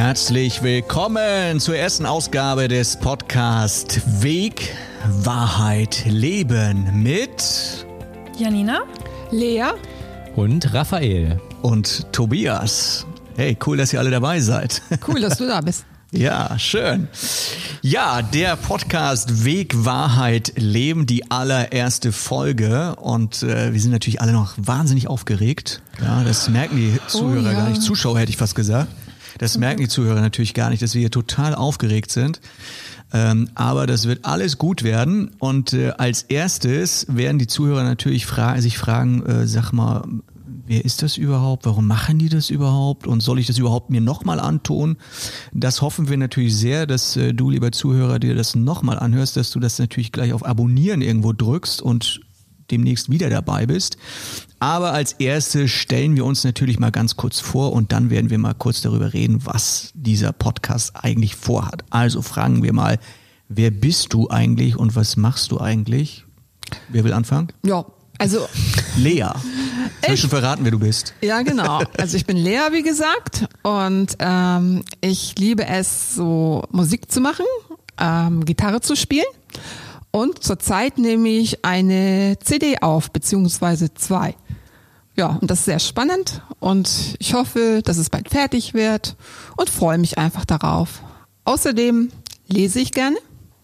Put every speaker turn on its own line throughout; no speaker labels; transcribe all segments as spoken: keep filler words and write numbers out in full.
Herzlich willkommen zur ersten Ausgabe des Podcasts Weg, Wahrheit, Leben mit
Janina,
Lea
und Raphael
und Tobias. Hey, cool, dass ihr alle dabei seid.
Cool, dass du da bist.
Ja, schön. Ja, der Podcast Weg, Wahrheit, Leben, die allererste Folge. Und äh, wir sind natürlich alle noch wahnsinnig aufgeregt. Ja, das merken die Zuhörer
oh, ja.
gar nicht. Zuschauer hätte ich fast gesagt. Das merken die Zuhörer natürlich gar nicht, dass wir hier total aufgeregt sind. Ähm, aber das wird alles gut werden. Und äh, als erstes werden die Zuhörer natürlich fra- sich fragen, äh, sag mal, wer ist das überhaupt? Warum machen die das überhaupt? Und soll ich das überhaupt mir nochmal antun? Das hoffen wir natürlich sehr, dass äh, du, lieber Zuhörer, dir das nochmal anhörst, dass du das natürlich gleich auf Abonnieren irgendwo drückst und demnächst wieder dabei bist. Aber als erstes stellen wir uns natürlich mal ganz kurz vor und dann werden wir mal kurz darüber reden, was dieser Podcast eigentlich vorhat. Also fragen wir mal, wer bist du eigentlich und was machst du eigentlich? Wer will anfangen?
Ja, also
Lea. Soll ich schon verraten, wer du bist?
Ja, genau. Also ich bin Lea, wie gesagt, und ähm, ich liebe es, so Musik zu machen, ähm, Gitarre zu spielen. Und zurzeit nehme ich eine C D auf, beziehungsweise zwei. Ja, und das ist sehr spannend und ich hoffe, dass es bald fertig wird und freue mich einfach darauf. Außerdem lese ich gerne,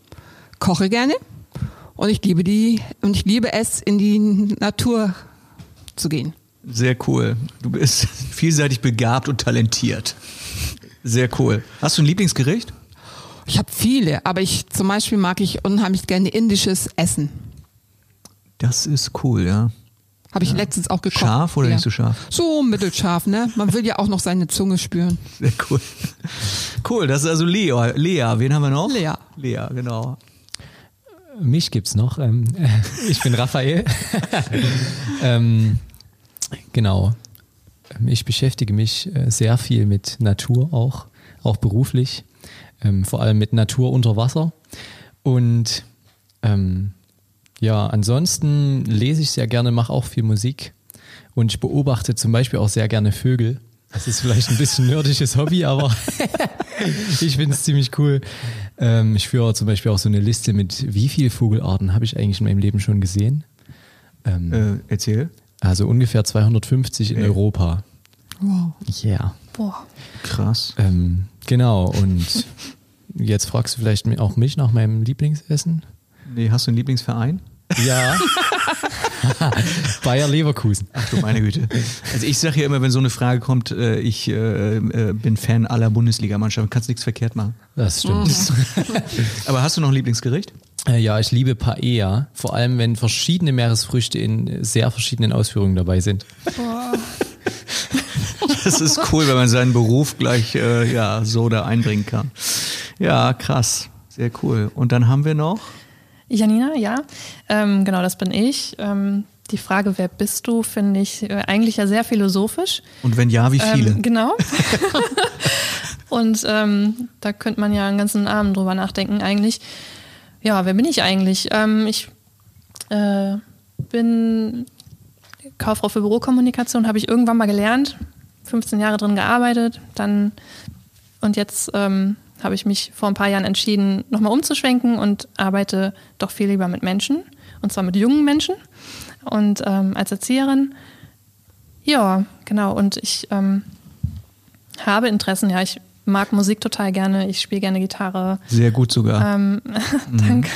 koche gerne und ich liebe die und ich liebe es, in die Natur zu gehen.
Sehr cool. Du bist vielseitig begabt und talentiert. Sehr cool. Hast du ein Lieblingsgericht?
Ich habe viele, aber ich zum Beispiel mag ich unheimlich gerne indisches Essen.
Das ist cool, ja.
Habe ich
ja.
letztens auch gekocht.
Scharf oder
ja.
nicht so scharf?
So mittelscharf, ne? Man will ja auch noch seine Zunge spüren.
Sehr cool. Cool, das ist also Lea. Lea, wen haben wir noch?
Lea.
Lea, genau.
Mich gibt's noch. Ähm, ich bin Raphael. ähm, genau. Ich beschäftige mich sehr viel mit Natur auch, auch beruflich. Ähm, vor allem mit Natur unter Wasser. Und ähm, ja, ansonsten lese ich sehr gerne, mache auch viel Musik. Und ich beobachte zum Beispiel auch sehr gerne Vögel. Das ist vielleicht ein bisschen nerdisches Hobby, aber ich finde es ziemlich cool. Ähm, ich führe zum Beispiel auch so eine Liste mit, wie viele Vogelarten habe ich eigentlich in meinem Leben schon gesehen? Ähm,
äh, erzähl.
Also ungefähr zweihundertfünfzig in
ja.
Europa.
Wow.
Ja. Yeah.
Boah.
Krass.
Ähm, genau, und jetzt fragst du vielleicht auch mich nach meinem Lieblingsessen?
Nee, hast du einen Lieblingsverein?
Ja. Bayer Leverkusen.
Ach du meine Güte. Also ich sage ja immer, wenn so eine Frage kommt, äh, ich äh, äh, bin Fan aller Bundesligamannschaften, kannst nichts verkehrt machen.
Das stimmt.
Aber hast du noch ein Lieblingsgericht?
Äh, ja, ich liebe Paella, vor allem wenn verschiedene Meeresfrüchte in sehr verschiedenen Ausführungen dabei sind.
Boah.
Das ist cool, wenn man seinen Beruf gleich äh, ja, so da einbringen kann. Ja, krass. Sehr cool. Und dann haben wir noch?
Janina, ja. Ähm, genau, das bin ich. Ähm, die Frage, wer bist du, finde ich äh, eigentlich ja sehr philosophisch.
Und wenn ja, wie viele?
Ähm, genau. Und ähm, da könnte man ja einen ganzen Abend drüber nachdenken eigentlich. Ja, wer bin ich eigentlich? Ähm, ich äh, bin Kauffrau für Bürokommunikation, habe ich irgendwann mal gelernt. fünfzehn Jahre drin gearbeitet, dann und jetzt ähm, habe ich mich vor ein paar Jahren entschieden, nochmal umzuschwenken und arbeite doch viel lieber mit Menschen, und zwar mit jungen Menschen und ähm, als Erzieherin. Ja, genau, und ich ähm, habe Interessen, ja, ich mag Musik total gerne, ich spiele gerne Gitarre.
Sehr gut sogar.
Ähm, danke.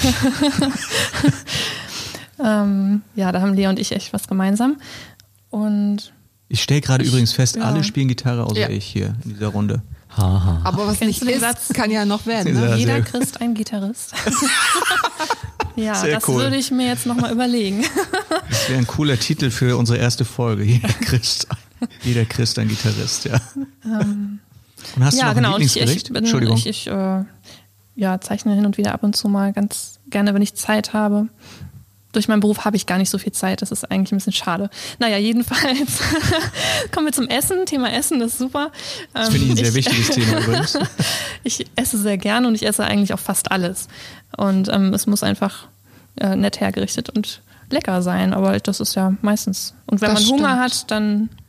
ähm, ja, da haben Lea und ich echt was gemeinsam. Und
ich stelle gerade übrigens fest,
ja.
alle spielen Gitarre außer
Ja.
ich hier in dieser Runde.
Haha.
Aber was
Kennst
nicht
du den
ist,
Satz?
kann ja noch werden.
Ja.
Ne?
jeder
sehr-
Christ ein Gitarrist. Ja,
Sehr
das
cool.
würde ich mir jetzt nochmal überlegen.
Das wäre ein cooler Titel für unsere erste Folge. Jeder Christ, jeder Christ ein Gitarrist, ja.
Ähm,
Und hast
ja,
du noch
genau.
ein
Und ich,
Lieblingsgericht?
ich, bin,
Entschuldigung.
ich, ich äh, ja, zeichne hin und wieder ab und zu mal ganz gerne, wenn ich Zeit habe. Durch meinen Beruf habe ich gar nicht so viel Zeit. Das ist eigentlich ein bisschen schade. Naja, jedenfalls kommen wir zum Essen. Thema Essen, das ist super.
Das finde ich ein sehr
ich,
wichtiges Thema übrigens.
Ich esse sehr gerne und ich esse eigentlich auch fast alles. Und ähm, es muss einfach äh, nett hergerichtet und lecker sein. Aber das ist ja meistens. Und wenn
Das
man Hunger
stimmt.
hat, dann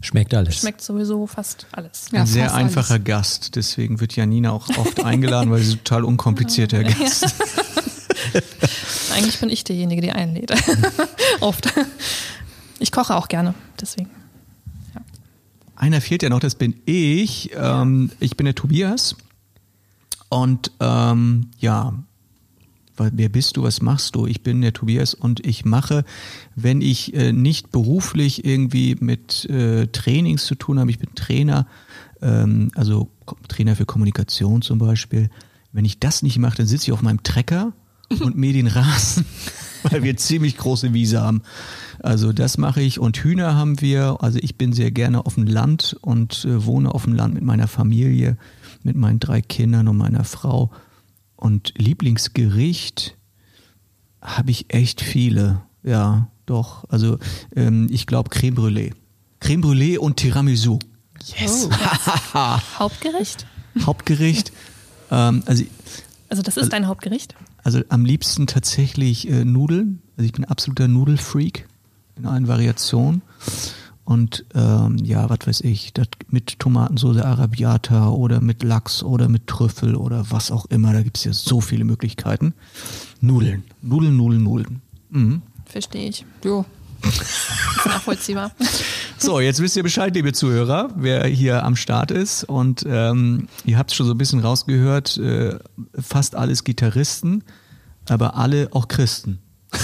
Schmeckt alles.
Schmeckt sowieso fast alles.
Ja,
Ein sehr
fast
einfacher
alles.
Gast, deswegen wird Janina auch oft eingeladen, weil sie ein total unkomplizierter Gast ist.
Eigentlich bin ich derjenige, der einlädt. Oft. Ich koche auch gerne, deswegen.
Einer fehlt ja noch, das bin ich. Ähm, ich bin der Tobias. Und ähm, ja, wer bist du, was machst du? Ich bin der Tobias und ich mache, wenn ich äh, nicht beruflich irgendwie mit äh, Trainings zu tun habe, ich bin Trainer, ähm, also Ko- Trainer für Kommunikation zum Beispiel. Wenn ich das nicht mache, dann sitze ich auf meinem Trecker und mähe den Rasen, weil wir ziemlich große Wiese haben. Also das mache ich und Hühner haben wir. Also ich bin sehr gerne auf dem Land und äh, wohne auf dem Land mit meiner Familie, mit meinen drei Kindern und meiner Frau. Und Lieblingsgericht habe ich echt viele. Ja, doch. Also ähm, ich glaube Creme Brûlée. Creme Brûlée und Tiramisu.
Yes. Oh, Hauptgericht?
Hauptgericht. ähm, also,
Also das ist dein Hauptgericht?
also am liebsten tatsächlich äh, Nudeln. Also ich bin absoluter Nudelfreak in allen Variationen. Und ähm, ja, was weiß ich, das mit Tomatensauce Arrabbiata oder mit Lachs oder mit Trüffel oder was auch immer. Da gibt es ja so viele Möglichkeiten. Nudeln, Nudeln, Nudeln, Nudeln. Mhm.
Verstehe ich.
Jo.
Ist nachvollziehbar.
So, jetzt wisst ihr Bescheid, liebe Zuhörer, wer hier am Start ist. Und ähm, ihr habt es schon so ein bisschen rausgehört, äh, fast alles Gitarristen, aber alle auch Christen.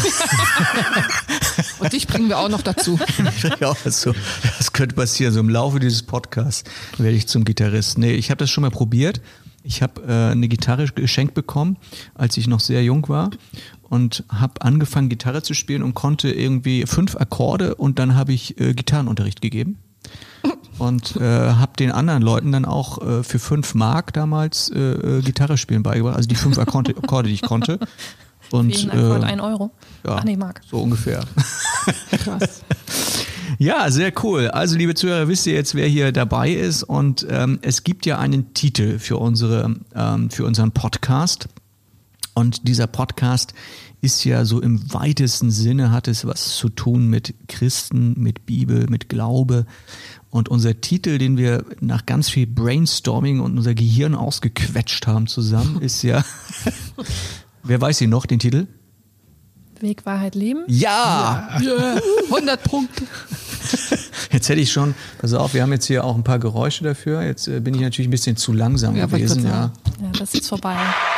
Und dich bringen wir auch noch dazu.
Ja, also, das könnte passieren. So im Laufe dieses Podcasts werde ich zum Gitarristen. Nee, ich habe das schon mal probiert. Ich habe äh, eine Gitarre geschenkt bekommen, als ich noch sehr jung war und habe angefangen, Gitarre zu spielen und konnte irgendwie fünf Akkorde und dann habe ich äh, Gitarrenunterricht gegeben und äh, habe den anderen Leuten dann auch äh, für fünf Mark damals äh, Gitarre spielen beigebracht, also die fünf Akkorde, Akkorde die ich konnte. Und,
Jeden Akkord
äh,
ein Euro.
ja,
Ach nee, Mark.
so ungefähr.
Krass.
Ja, sehr cool. Also, liebe Zuhörer, wisst ihr jetzt, wer hier dabei ist? Und ähm, es gibt ja einen Titel für unsere, ähm, für unseren Podcast. Und dieser Podcast ist ja so im weitesten Sinne, hat es was zu tun mit Christen, mit Bibel, mit Glaube. Und unser Titel, den wir nach ganz viel Brainstorming und unser Gehirn ausgequetscht haben zusammen, ist ja, wer weiß ihn noch, den Titel?
Weg, Wahrheit, Leben?
Ja!
Ja, hundert Punkte.
Jetzt hätte ich schon, pass auf, wir haben jetzt hier auch ein paar Geräusche dafür. Jetzt äh, bin ich natürlich ein bisschen zu langsam
Ja, wollte ich
gewesen.
grad
Ja.
sagen.
Ja, das ist vorbei.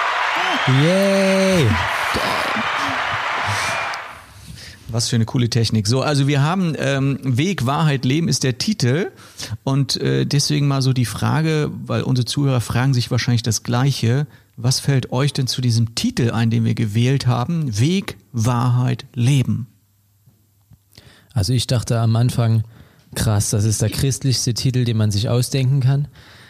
Yay!
Was für eine coole Technik. So, also wir haben ähm, Weg, Wahrheit, Leben ist der Titel und äh, deswegen mal so die Frage, weil unsere Zuhörer fragen sich wahrscheinlich das Gleiche. Was fällt euch denn zu diesem Titel ein, den wir gewählt haben? Weg, Wahrheit, Leben.
Also ich dachte am Anfang, krass, das ist der christlichste Titel, den man sich ausdenken kann.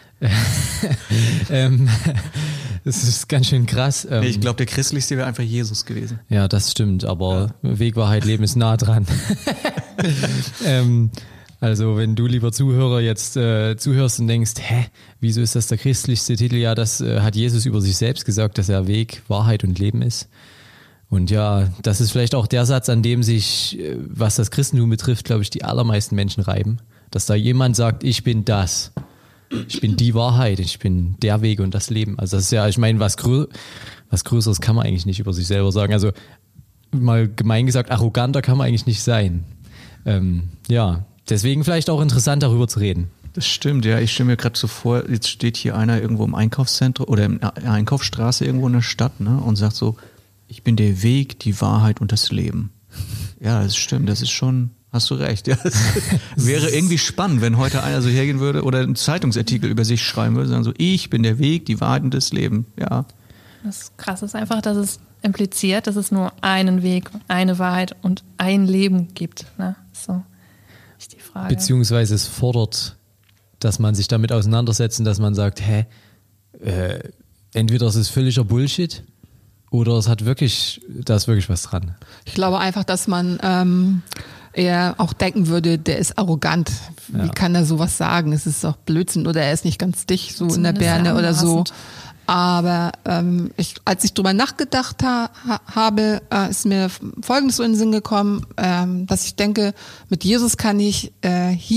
ähm, das ist ganz schön krass. Ähm,
Ich glaube, der christlichste wäre einfach Jesus gewesen.
Ja, das stimmt, aber Weg, Wahrheit, Leben ist nah dran. ähm, also wenn du, lieber Zuhörer, jetzt äh, zuhörst und denkst, hä, wieso ist das der christlichste Titel? Ja, das äh, hat Jesus über sich selbst gesagt, dass er Weg, Wahrheit und Leben ist. Und ja, das ist vielleicht auch der Satz, an dem sich, äh, was das Christentum betrifft, glaube ich, die allermeisten Menschen reiben. Dass da jemand sagt, ich bin das. Ich bin die Wahrheit, ich bin der Weg und das Leben. Also das ist ja, ich meine, was, grö- was Größeres kann man eigentlich nicht über sich selber sagen. Also mal gemein gesagt, arroganter kann man eigentlich nicht sein. Ähm, ja, deswegen vielleicht auch interessant, darüber zu reden.
Das stimmt, ja. Ich stelle mir gerade so vor, jetzt steht hier einer irgendwo im Einkaufszentrum oder in der Einkaufsstraße irgendwo in der Stadt, ne, und sagt so, ich bin der Weg, die Wahrheit und das Leben. Ja, das stimmt, das ist schon, hast du recht. Ja, das wäre irgendwie spannend, wenn heute einer so hergehen würde oder einen Zeitungsartikel über sich schreiben würde, sagen so, ich bin der Weg, die Wahrheit und das Leben. Ja.
Das Krasse ist einfach, dass es impliziert, dass es nur einen Weg, eine Wahrheit und ein Leben gibt. Ne? So ist die Frage.
Beziehungsweise es fordert, dass man sich damit auseinandersetzt und dass man sagt, hä, äh, entweder es ist völliger Bullshit oder es hat wirklich, da ist wirklich was dran.
Ich glaube einfach, dass man ähm, eher auch denken würde, der ist arrogant. Wie
Ja.
kann er sowas sagen? Es ist doch Blödsinn oder er ist nicht ganz dicht so in der
Zumindest
Birne
sehr
oder so.
anmaßend.
Aber ähm, ich, als ich drüber nachgedacht ha ha habe, äh, ist mir Folgendes so in den Sinn gekommen, ähm, dass ich denke, mit Jesus kann ich äh, hier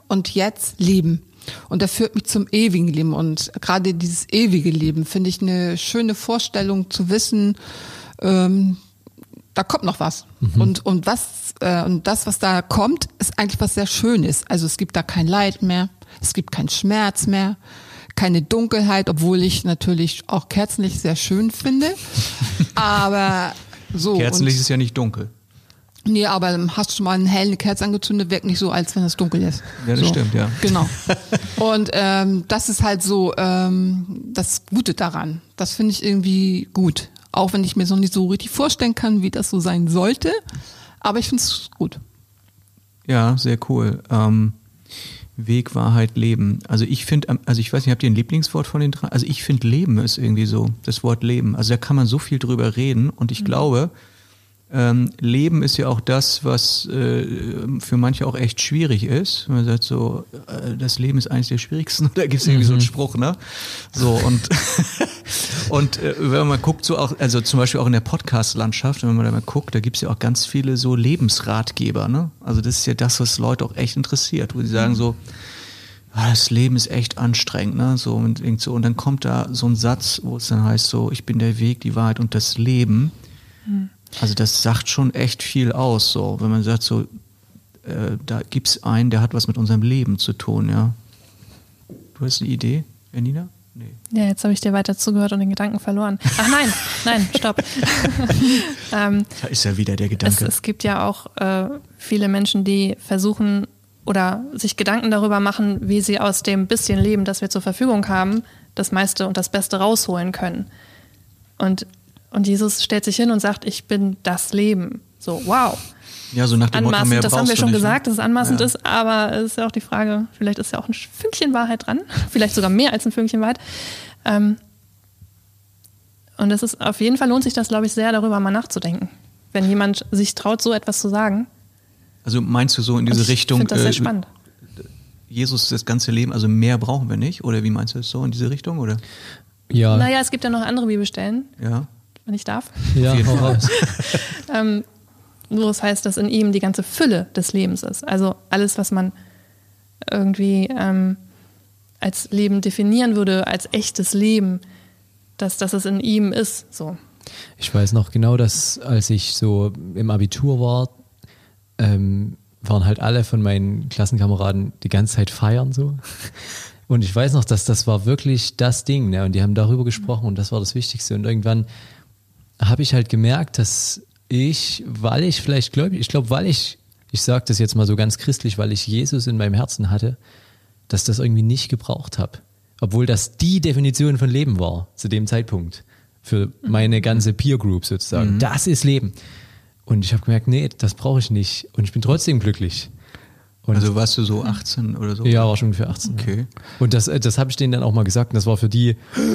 und jetzt leben. Und er führt mich zum ewigen Leben. Und gerade dieses ewige Leben finde ich eine schöne Vorstellung zu wissen, ähm, da kommt noch was. Mhm. Und, und was, äh, und das, was da kommt, ist eigentlich was sehr Schönes. Also es gibt da kein Leid mehr, es gibt keinen Schmerz mehr, keine Dunkelheit, obwohl ich natürlich auch Kerzenlicht sehr schön finde. Aber so.
Kerzenlicht ist ja nicht dunkel.
Nee, aber hast du schon mal eine helle Kerze angezündet, wirkt nicht so, als wenn es dunkel ist.
Ja, das
so.
stimmt, ja.
Genau. Und ähm, das ist halt so ähm, das Gute daran. Das finde ich irgendwie gut. Auch wenn ich mir so nicht so richtig vorstellen kann, wie das so sein sollte. Aber ich finde es gut.
Ja, sehr cool. Ähm, Weg, Wahrheit, Leben. Also ich finde, also ich weiß nicht, habt ihr ein Lieblingswort von den drei? Also ich finde, Leben ist irgendwie so, das Wort Leben. Also da kann man so viel drüber reden und ich mhm. glaube, Ähm, Leben ist ja auch das, was äh, für manche auch echt schwierig ist. Man sagt so, äh, das Leben ist eines der schwierigsten. Da gibt es irgendwie mhm. so einen Spruch, ne? So und und äh, wenn man mal guckt, so auch, also zum Beispiel auch in der Podcast-Landschaft, wenn man da mal guckt, da gibt es ja auch ganz viele so Lebensratgeber, ne? Also das ist ja das, was Leute auch echt interessiert, wo sie sagen so, ah, das Leben ist echt anstrengend, ne? So und irgend so und dann kommt da so ein Satz, wo es dann heißt so, ich bin der Weg, die Wahrheit und das Leben. Mhm. Also das sagt schon echt viel aus, so wenn man sagt so, äh, da gibt's einen, der hat was mit unserem Leben zu tun, ja. Du hast eine Idee, Janina? Nee.
Ja, jetzt habe ich dir weiter zugehört und den Gedanken verloren. Ach nein, nein, stopp. ähm,
da ist ja wieder der Gedanke.
Es, es gibt ja auch äh, viele Menschen, die versuchen oder sich Gedanken darüber machen, wie sie aus dem bisschen Leben, das wir zur Verfügung haben, das meiste und das Beste rausholen können. Und Und Jesus stellt sich hin und sagt, ich bin das Leben. So, wow.
Ja, so nach dem Motto, mehr
das haben wir schon
nicht,
gesagt, dass es anmaßend
ja.
ist, aber es ist ja auch die Frage, vielleicht ist ja auch ein Fünkchen Wahrheit dran, vielleicht sogar mehr als ein Fünkchen Wahrheit. Ähm, und es ist auf jeden Fall lohnt sich das, glaube ich, sehr, darüber mal nachzudenken, wenn jemand sich traut, so etwas zu sagen.
Also meinst du so in diese
ich
Richtung?
Ich finde das sehr
äh,
spannend.
Jesus das ganze Leben, also mehr brauchen wir nicht? Oder wie meinst du das so in diese Richtung? Oder?
Ja.
Naja, es gibt ja noch andere Bibelstellen.
Ja.
Wenn ich darf.
Ja, hau raus.
ähm, wo es heißt, dass in ihm die ganze Fülle des Lebens ist. Also alles, was man irgendwie ähm, als Leben definieren würde, als echtes Leben, dass, dass es in ihm ist. So.
Ich weiß noch genau, dass als ich so im Abitur war, ähm, waren halt alle von meinen Klassenkameraden die ganze Zeit feiern so. Und ich weiß noch, dass das war wirklich das Ding, ne? Und die haben darüber gesprochen und das war das Wichtigste. Und irgendwann habe ich halt gemerkt, dass ich, weil ich vielleicht glaube, ich glaube, weil ich, ich sage das jetzt mal so ganz christlich, weil ich Jesus in meinem Herzen hatte, dass das irgendwie nicht gebraucht habe. Obwohl das die Definition von Leben war, zu dem Zeitpunkt. Für meine ganze Peer Group sozusagen. Mhm. Das ist Leben. Und ich habe gemerkt, nee, das brauche ich nicht. Und ich bin trotzdem glücklich. Und
also warst du so achtzehn oder so?
Ja, war schon ungefähr achtzehn.
Okay.
Ja. Und das, das habe ich denen dann auch mal gesagt. Und das war für die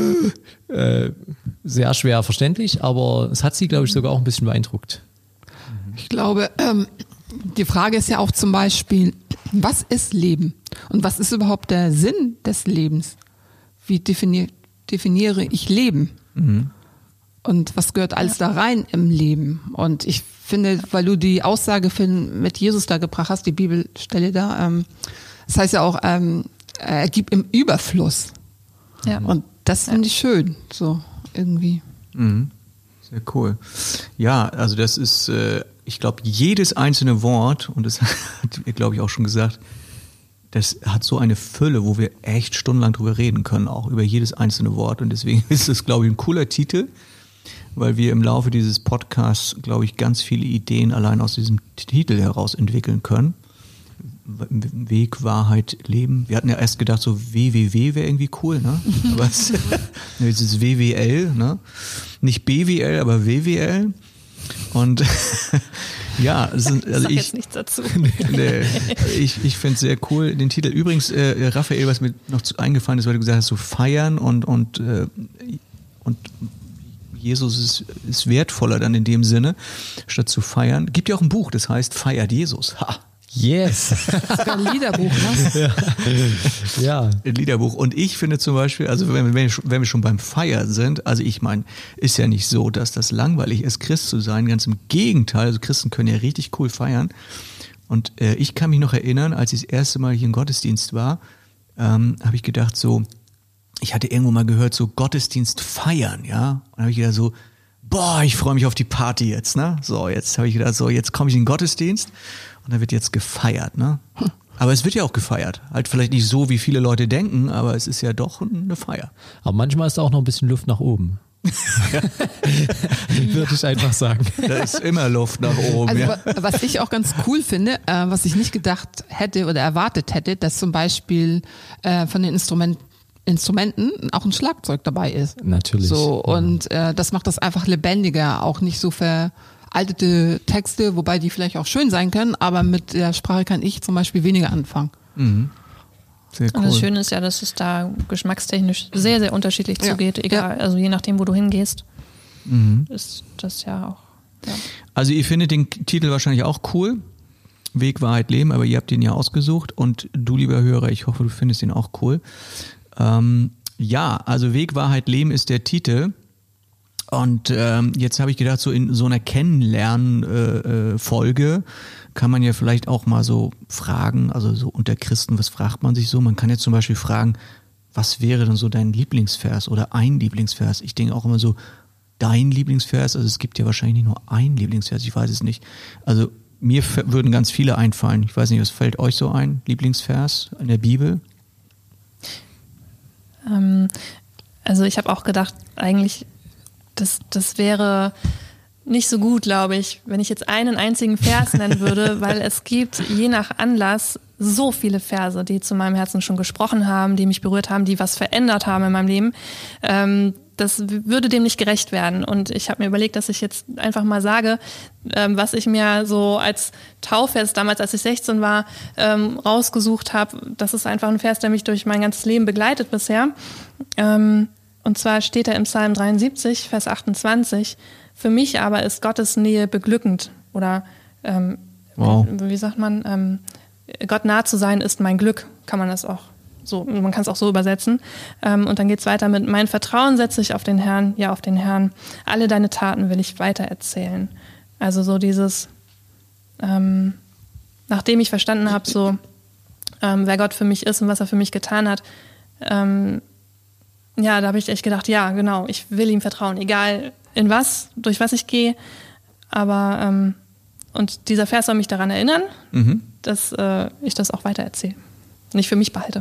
äh, sehr schwer verständlich, aber es hat sie, glaube ich, sogar auch ein bisschen beeindruckt.
Ich glaube, ähm, die Frage ist ja auch zum Beispiel, was ist Leben? Und was ist überhaupt der Sinn des Lebens? Wie definier, definiere ich Leben? Mhm. Und was gehört alles da rein im Leben? Und ich finde, weil du die Aussage mit Jesus da gebracht hast, die Bibelstelle da, ähm, das heißt ja auch, ähm, er gibt im Überfluss. Ja. Und das finde ich schön, so irgendwie.
Mhm. Sehr cool. Ja, also das ist, äh, ich glaube, jedes einzelne Wort, und das hat ihr, glaube ich, auch schon gesagt, das hat so eine Fülle, wo wir echt stundenlang drüber reden können, auch über jedes einzelne Wort. Und deswegen ist es, glaube ich, ein cooler Titel, weil wir im Laufe dieses Podcasts, glaube ich, ganz viele Ideen allein aus diesem Titel heraus entwickeln können. Weg, Wahrheit, Leben. Wir hatten ja erst gedacht, so W W W wäre irgendwie cool, ne? Aber es, es ist W W L, ne? Nicht B W L, aber W W L. Und ja, es sind, also
ich sag
ich,
jetzt nichts dazu.
Nee, ich ich finde es sehr cool, den Titel. Übrigens, äh, Raphael, was mir noch zu eingefallen ist, weil du gesagt hast, so feiern und und äh, und Jesus ist, ist wertvoller dann in dem Sinne, statt zu feiern. Gibt ja auch ein Buch, das heißt Feiert Jesus. Ha.
Yes.
Das ist ein Liederbuch, ne?
Ja. Ja.
Ein Liederbuch. Und ich finde zum Beispiel, also wenn, wenn, wenn wir schon beim Feiern sind, also ich meine, ist ja nicht so, dass das langweilig ist, Christ zu sein. Ganz im Gegenteil, also Christen können ja richtig cool feiern. Und äh, ich kann mich noch erinnern, als ich das erste Mal hier im Gottesdienst war, ähm, habe ich gedacht so, ich hatte irgendwo mal gehört, so Gottesdienst feiern, ja. Und habe ich gedacht so, boah, ich freue mich auf die Party jetzt, ne? So, jetzt habe ich gedacht, so, jetzt komme ich in den Gottesdienst und da wird jetzt gefeiert, ne? Aber es wird ja auch gefeiert. Halt vielleicht nicht so, wie viele Leute denken, aber es ist ja doch eine Feier.
Aber manchmal ist da auch noch ein bisschen Luft nach oben. Würde ich einfach sagen.
Da ist immer Luft nach oben.
Also
ja.
was ich auch ganz cool finde, äh, was ich nicht gedacht hätte oder erwartet hätte, dass zum Beispiel äh, von den Instrument, Instrumenten auch ein Schlagzeug dabei ist.
Natürlich.
So,
ja.
und äh, das macht das einfach lebendiger, auch nicht so veraltete Texte, wobei die vielleicht auch schön sein können, aber mit der Sprache kann ich zum Beispiel weniger anfangen.
Mhm. Sehr cool.
Und das Schöne ist ja, dass es da geschmackstechnisch sehr, sehr unterschiedlich
Ja.
zugeht, egal, also je nachdem, wo du hingehst,
Mhm.
ist das ja auch. Ja.
Also ihr findet den Titel wahrscheinlich auch cool. Weg, Wahrheit, Leben, aber ihr habt ihn ja ausgesucht und du, lieber Hörer, ich hoffe, du findest ihn auch cool. Ähm, ja, also Weg, Wahrheit, Leben ist der Titel. Und ähm, jetzt habe ich gedacht, so in so einer Kennenlernen-Folge äh, äh, kann man ja vielleicht auch mal so fragen, also so unter Christen, was fragt man sich so? Man kann jetzt zum Beispiel fragen, was wäre denn so dein Lieblingsvers oder ein Lieblingsvers? Ich denke auch immer so, dein Lieblingsvers, also es gibt ja wahrscheinlich nicht nur ein Lieblingsvers, ich weiß es nicht. Also mir f- würden ganz viele einfallen. Ich weiß nicht, was fällt euch so ein? Lieblingsvers in der Bibel?
Ähm, also ich habe auch gedacht, eigentlich, das, das wäre nicht so gut, glaube ich, wenn ich jetzt einen einzigen Vers nennen würde, weil es gibt je nach Anlass so viele Verse, die zu meinem Herzen schon gesprochen haben, die mich berührt haben, die was verändert haben in meinem Leben. Ähm, das würde dem nicht gerecht werden. Und ich habe mir überlegt, dass ich jetzt einfach mal sage, ähm, was ich mir so als Taufvers damals, als ich sechzehn war, ähm, rausgesucht habe. Das ist einfach ein Vers, der mich durch mein ganzes Leben begleitet bisher. Ähm, und zwar steht er im Psalm dreiundsiebzig, Vers achtundzwanzig. Für mich aber ist Gottes Nähe beglückend. Oder ähm,
Wow.
wie, wie sagt man, ähm, Gott nah zu sein ist mein Glück, kann man das auch so, man kann es auch so übersetzen. Ähm, und dann geht es weiter mit: Mein Vertrauen setze ich auf den Herrn, ja, auf den Herrn. Alle deine Taten will ich weiter erzählen. Also so dieses, ähm, nachdem ich verstanden habe, so ähm, wer Gott für mich ist und was er für mich getan hat, ähm, ja, da habe ich echt gedacht, ja, genau, ich will ihm vertrauen, egal in was, durch was ich gehe. Aber ähm, und dieser Vers soll mich daran erinnern,
Mhm.
dass äh, ich das auch weiter erzähle. Nicht für mich behalte.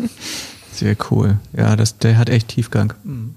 Sehr cool. Ja, das, der hat echt Tiefgang. Mhm.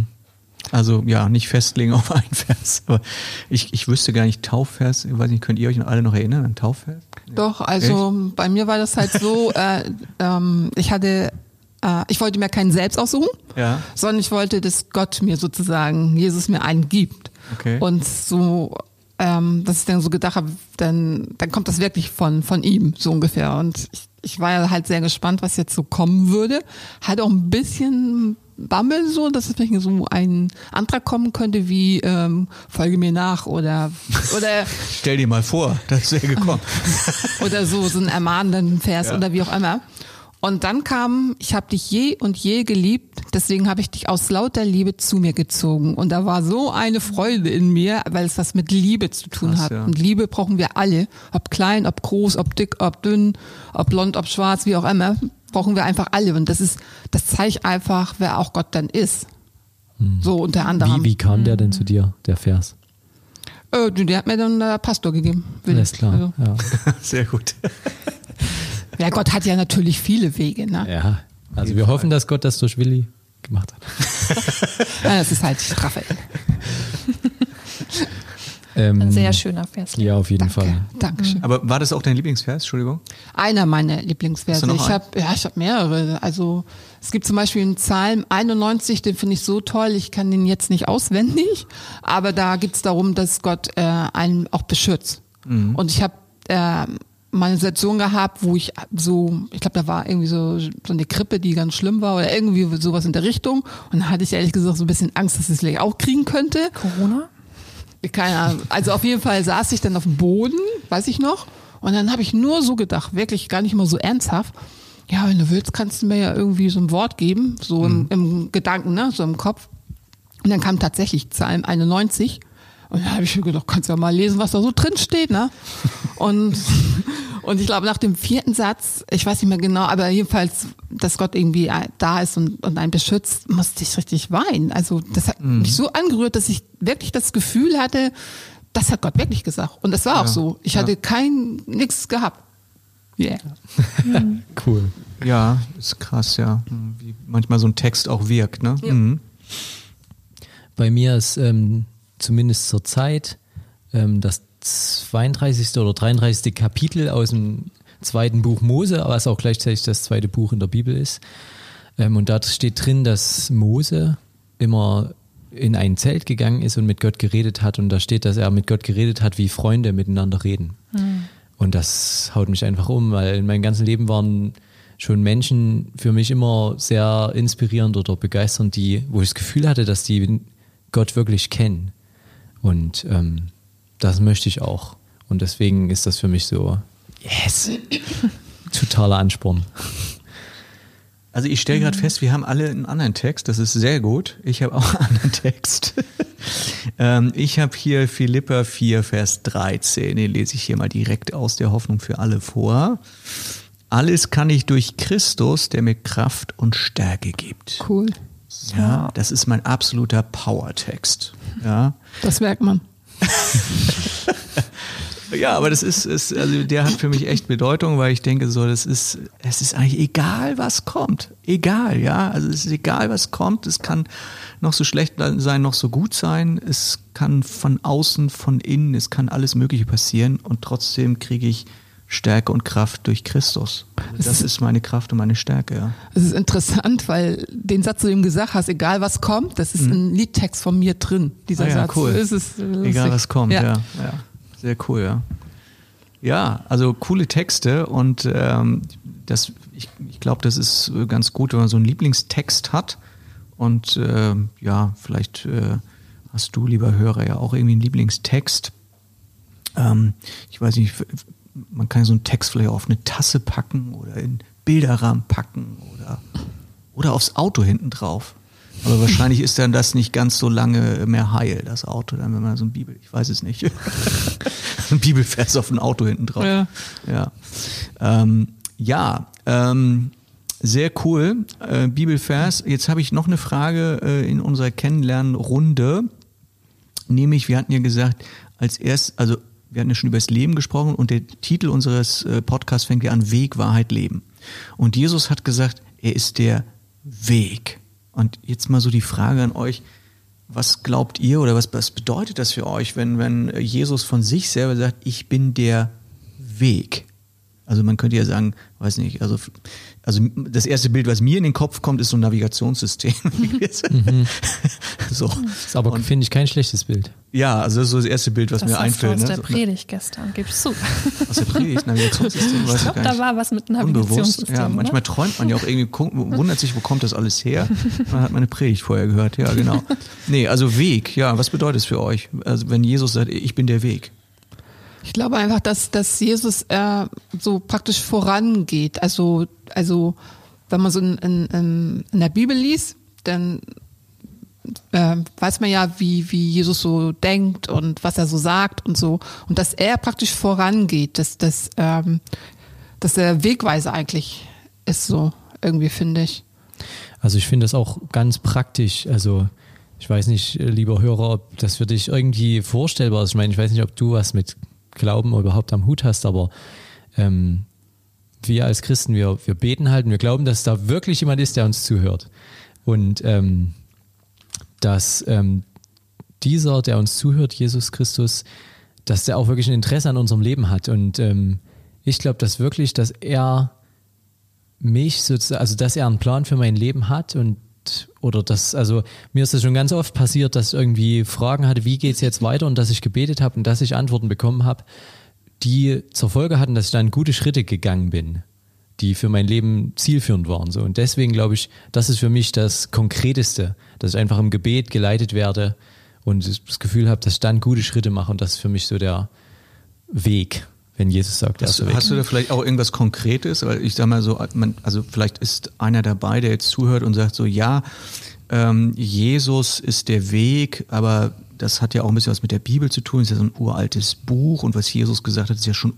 Also ja, nicht festlegen auf einen Vers, aber ich, ich wüsste gar nicht, Taufvers, ich weiß nicht, könnt ihr euch noch alle noch erinnern an Taufvers?
Doch, also
Echt?
bei mir war das halt so, äh, ähm, ich hatte, äh, ich wollte mir keinen selbst aussuchen,
Ja.
sondern ich wollte, dass Gott mir sozusagen, Jesus mir einen gibt.
Okay.
Und so, ähm, dass ich dann so gedacht habe, dann, dann kommt das wirklich von, von ihm, so ungefähr. Und ich, ich war ja halt sehr gespannt, was jetzt so kommen würde. Hatte auch ein bisschen Bammel so, dass es vielleicht so ein Antrag kommen könnte wie ähm, folge mir nach oder oder
Stell dir mal vor, das wäre gekommen.
oder so so einen ermahnenden Vers
Ja.
oder wie auch immer. Und dann kam: Ich habe dich je und je geliebt, deswegen habe ich dich aus lauter Liebe zu mir gezogen. Und da war so eine Freude in mir, weil es was mit Liebe zu tun
Krass,
hat.
ja.
Und Liebe brauchen wir alle, ob klein, ob groß, ob dick, ob dünn, ob blond, ob schwarz, wie auch immer, brauchen wir einfach alle. Und das ist, das zeigt einfach, wer auch Gott dann ist. So unter anderem.
Wie, wie kam der denn zu dir, der Vers?
Äh, der hat mir dann der Pastor gegeben. Willi.
Alles klar.
Also,
Ja.
Sehr gut.
ja, Gott hat ja natürlich viele Wege. Ne?
ja. Also wir hoffen, dass Gott das durch Willi gemacht hat.
Ja, das ist halt Raphael.
Ähm,
Ein sehr schöner Vers.
Ja, auf jeden
Danke.
Fall.
Dankeschön.
Aber war das auch dein Lieblingsvers? Entschuldigung.
Einer meiner
Hast
Lieblingsverse.
du noch
Ich
einen?
habe, ja, ich habe mehrere. Also es gibt zum Beispiel einen Psalm einundneunzig, den finde ich so toll. Ich kann den jetzt nicht auswendig, aber da geht es darum, dass Gott äh, einen auch beschützt.
Mhm.
Und ich habe äh, mal eine Situation gehabt, wo ich so, ich glaube, da war irgendwie so so eine Grippe, die ganz schlimm war oder irgendwie sowas in der Richtung. Und da hatte ich ehrlich gesagt so ein bisschen Angst, dass ich es vielleicht auch kriegen könnte.
Corona?
Keine Ahnung. Also auf jeden Fall saß ich dann auf dem Boden, weiß ich noch. Und dann habe ich nur so gedacht, wirklich gar nicht mal so ernsthaft. Ja, wenn du willst, kannst du mir ja irgendwie so ein Wort geben, so im, im Gedanken, ne, so im Kopf. Und dann kam tatsächlich Psalm einundneunzig. Und da habe ich mir gedacht, kannst du ja mal lesen, was da so drin steht, ne? Und, Und ich glaube, nach dem vierten Satz, ich weiß nicht mehr genau, aber jedenfalls, dass Gott irgendwie da ist und, und einen beschützt, musste ich richtig weinen. Also das hat mhm. mich so angerührt, dass ich wirklich das Gefühl hatte, das hat Gott wirklich gesagt. Und das war ja. auch so. Ich ja. hatte kein, nichts gehabt. Yeah.
Cool.
Ja, ist krass, ja. Wie manchmal so ein Text auch wirkt, ne?
Ja.
Mhm.
Bei mir ist ähm, zumindest zur Zeit ähm, das zweiunddreißigste oder dreiunddreißigste Kapitel aus dem zweiten Buch Mose, was auch gleichzeitig das zweite Buch in der Bibel ist. Ähm, und da steht drin, dass Mose immer in ein Zelt gegangen ist und mit Gott geredet hat. Und da steht, dass er mit Gott geredet hat, wie Freunde miteinander reden. Mhm. Und das haut mich einfach um, weil in meinem ganzen Leben waren schon Menschen für mich immer sehr inspirierend oder begeisternd, die, wo ich das Gefühl hatte, dass die Gott wirklich kennen. Und ähm, das möchte ich auch. Und deswegen ist das für mich so, yes, totaler Ansporn.
Also ich stelle gerade fest, wir haben alle einen anderen Text, das ist sehr gut. Ich habe auch einen anderen Text. ähm, ich habe hier Philipper vier, Vers dreizehn, den lese ich hier mal direkt aus der Hoffnung für alle vor. Alles kann ich durch Christus, der mir Kraft und Stärke gibt.
Cool.
Ja, das ist mein absoluter Power-Text. Ja.
Das merkt man.
Ja, aber das ist, ist, also der hat für mich echt Bedeutung, weil ich denke so, das ist, es ist eigentlich egal, was kommt. Egal, ja. Also es ist egal, was kommt. Es kann noch so schlecht sein, noch so gut sein. Es kann von außen, von innen, es kann alles Mögliche passieren und trotzdem kriege ich Stärke und Kraft durch Christus. Also das ist meine Kraft und meine Stärke, ja.
Es ist interessant, weil den Satz, den du eben gesagt hast, egal was kommt, das ist mhm. ein Liedtext von mir drin, dieser
ah, ja,
Satz.
Cool.
Es ist
egal was kommt, ja. ja, ja. Sehr cool, ja. Ja, also coole Texte und ähm, das, ich, ich glaube, das ist ganz gut, wenn man so einen Lieblingstext hat und äh, ja, vielleicht äh, hast du, lieber Hörer, ja auch irgendwie einen Lieblingstext. Ähm, ich weiß nicht, man kann so einen Text vielleicht auf eine Tasse packen oder in Bilderrahmen packen oder, oder aufs Auto hinten drauf. Aber wahrscheinlich ist dann das nicht ganz so lange mehr heil, das Auto, dann wenn man so ein Bibel, ich weiß es nicht, ein Bibelvers auf ein Auto hinten drauf. Ja, ja, ähm, ja ähm, sehr cool, äh, Bibelvers. Jetzt habe ich noch eine Frage äh, in unserer Kennenlernrunde, nämlich wir hatten ja gesagt, als erst, also wir hatten ja schon über das Leben gesprochen und der Titel unseres äh, Podcasts fängt ja an, Weg, Wahrheit, Leben. Und Jesus hat gesagt, er ist der Weg. Und jetzt mal so die Frage an euch, was glaubt ihr oder was, was bedeutet das für euch, wenn, wenn Jesus von sich selber sagt, ich bin der Weg? Also man könnte ja sagen, weiß nicht, also, also das erste Bild, was mir in den Kopf kommt, ist so ein Navigationssystem. mhm. So.
Das ist aber, finde ich, kein schlechtes Bild.
Ja, also das ist so das erste Bild, was
das
mir einfällt.
Das aus
ne?
der Predigt gestern, gibst du.
Aus der Predigt, Navigationssystem?
Ich glaube, da war was mit Navigationssystem.
Ja, manchmal träumt man ja auch irgendwie, wundert sich, wo kommt das alles her? Man hat meine Predigt vorher gehört, ja genau. Nee, also Weg, ja, was bedeutet es für euch? Also wenn Jesus sagt, ich bin der Weg.
Ich glaube einfach, dass, dass Jesus äh, so praktisch vorangeht. Also, also wenn man so in, in, in der Bibel liest, dann äh, weiß man ja, wie, wie Jesus so denkt und was er so sagt und so. Und dass er praktisch vorangeht, dass, dass, ähm, dass er Wegweiser eigentlich ist, so irgendwie, finde ich.
Also ich finde das auch ganz praktisch. Also ich weiß nicht, lieber Hörer, ob das für dich irgendwie vorstellbar ist. Ich meine, ich weiß nicht, ob du was mit Glauben überhaupt am Hut hast, aber ähm, wir als Christen, wir, wir beten halt und wir glauben, dass da wirklich jemand ist, der uns zuhört. Und ähm, dass ähm, dieser, der uns zuhört, Jesus Christus, dass der auch wirklich ein Interesse an unserem Leben hat. Und ähm, ich glaube, dass wirklich, dass er mich sozusagen, also dass er einen Plan für mein Leben hat und oder das, also mir ist das schon ganz oft passiert, dass ich irgendwie Fragen hatte, wie geht's jetzt weiter und dass ich gebetet habe und dass ich Antworten bekommen habe, die zur Folge hatten, dass ich dann gute Schritte gegangen bin, die für mein Leben zielführend waren. So. Und deswegen glaube ich, das ist für mich das Konkreteste, dass ich einfach im Gebet geleitet werde und das Gefühl habe, dass ich dann gute Schritte mache und das ist für mich so der Weg. Wenn Jesus sagt,
hast, hast du da vielleicht auch irgendwas Konkretes? Weil ich sag mal so, man, also vielleicht ist einer dabei, der jetzt zuhört und sagt so, ja, ähm, Jesus ist der Weg, aber das hat ja auch ein bisschen was mit der Bibel zu tun, das ist ja so ein uraltes Buch und was Jesus gesagt hat, ist ja schon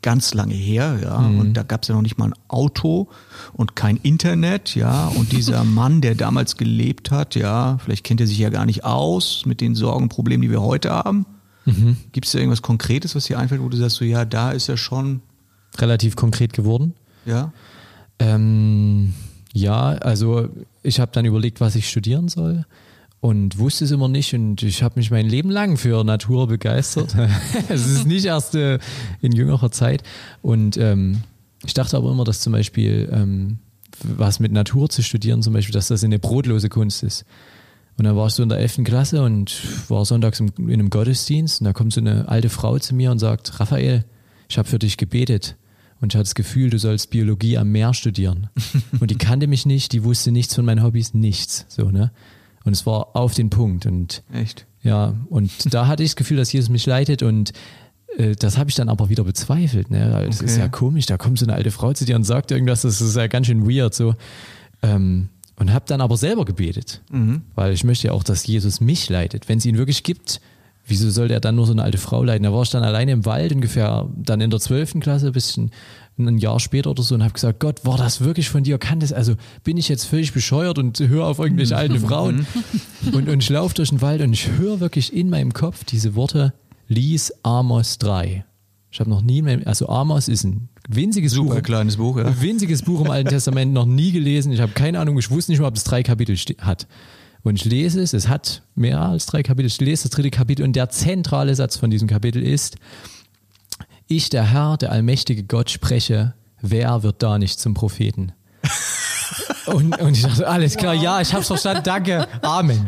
ganz lange her, ja, mhm. und da gab es ja noch nicht mal ein Auto und kein Internet, ja, und dieser Mann, der damals gelebt hat, ja, vielleicht kennt er sich ja gar nicht aus mit den Sorgen und Problemen, die wir heute haben. Mhm. Gibt es da irgendwas Konkretes, was dir einfällt, wo du sagst, so, ja, da ist er schon
relativ konkret geworden?
Ja.
Ähm, ja, also ich habe dann überlegt, was ich studieren soll. Und wusste es immer nicht und ich habe mich mein Leben lang für Natur begeistert. Es ist nicht erst äh, in jüngerer Zeit. Und ähm, ich dachte aber immer, dass zum Beispiel ähm, was mit Natur zu studieren, zum Beispiel, dass das eine brotlose Kunst ist. Und dann war ich so in der elften Klasse und war sonntags im, in einem Gottesdienst und da kommt so eine alte Frau zu mir und sagt, Raphael, ich habe für dich gebetet. Und ich hatte das Gefühl, du sollst Biologie am Meer studieren. Und die kannte mich nicht, die wusste nichts von meinen Hobbys, nichts. So, ne? Und es war auf den Punkt. Und
echt?
Ja, und da hatte ich das Gefühl, dass Jesus mich leitet und äh, das habe ich dann aber wieder bezweifelt. Ne? Das okay. ist ja komisch, da kommt so eine alte Frau zu dir und sagt irgendwas, das ist ja ganz schön weird. So. Ähm, und habe dann aber selber gebetet, mhm. weil ich möchte ja auch, dass Jesus mich leitet. Wenn es ihn wirklich gibt, wieso sollte er dann nur so eine alte Frau leiten? Da war ich dann alleine im Wald, ungefähr dann in der zwölften Klasse, ein bisschen ein Jahr später oder so und habe gesagt, Gott, war das wirklich von dir? Kann das, also bin ich jetzt völlig bescheuert und höre auf irgendwelche alten Frauen? und, und ich laufe durch den Wald und ich höre wirklich in meinem Kopf diese Worte, lies Amos drei. Ich habe noch nie, mehr, also Amos ist ein winziges
Super
Buch.
kleines Buch, ja.
Ein winziges Buch im Alten Testament, noch nie gelesen. Ich habe keine Ahnung, ich wusste nicht mal, ob es drei Kapitel hat. Und ich lese es, es hat mehr als drei Kapitel, ich lese das dritte Kapitel und der zentrale Satz von diesem Kapitel ist, ich, der Herr, der allmächtige Gott, spreche, wer wird da nicht zum Propheten? und, und ich dachte, alles klar, wow. Ja, ich hab's verstanden, danke, Amen.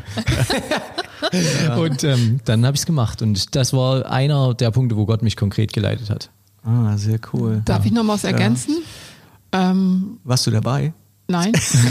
Ja. Und ähm, dann habe ich es gemacht und das war einer der Punkte, wo Gott mich konkret geleitet hat.
Ah, sehr cool.
Darf ja. ich noch was ergänzen? Ja. Ähm,
Warst du dabei?
Nein.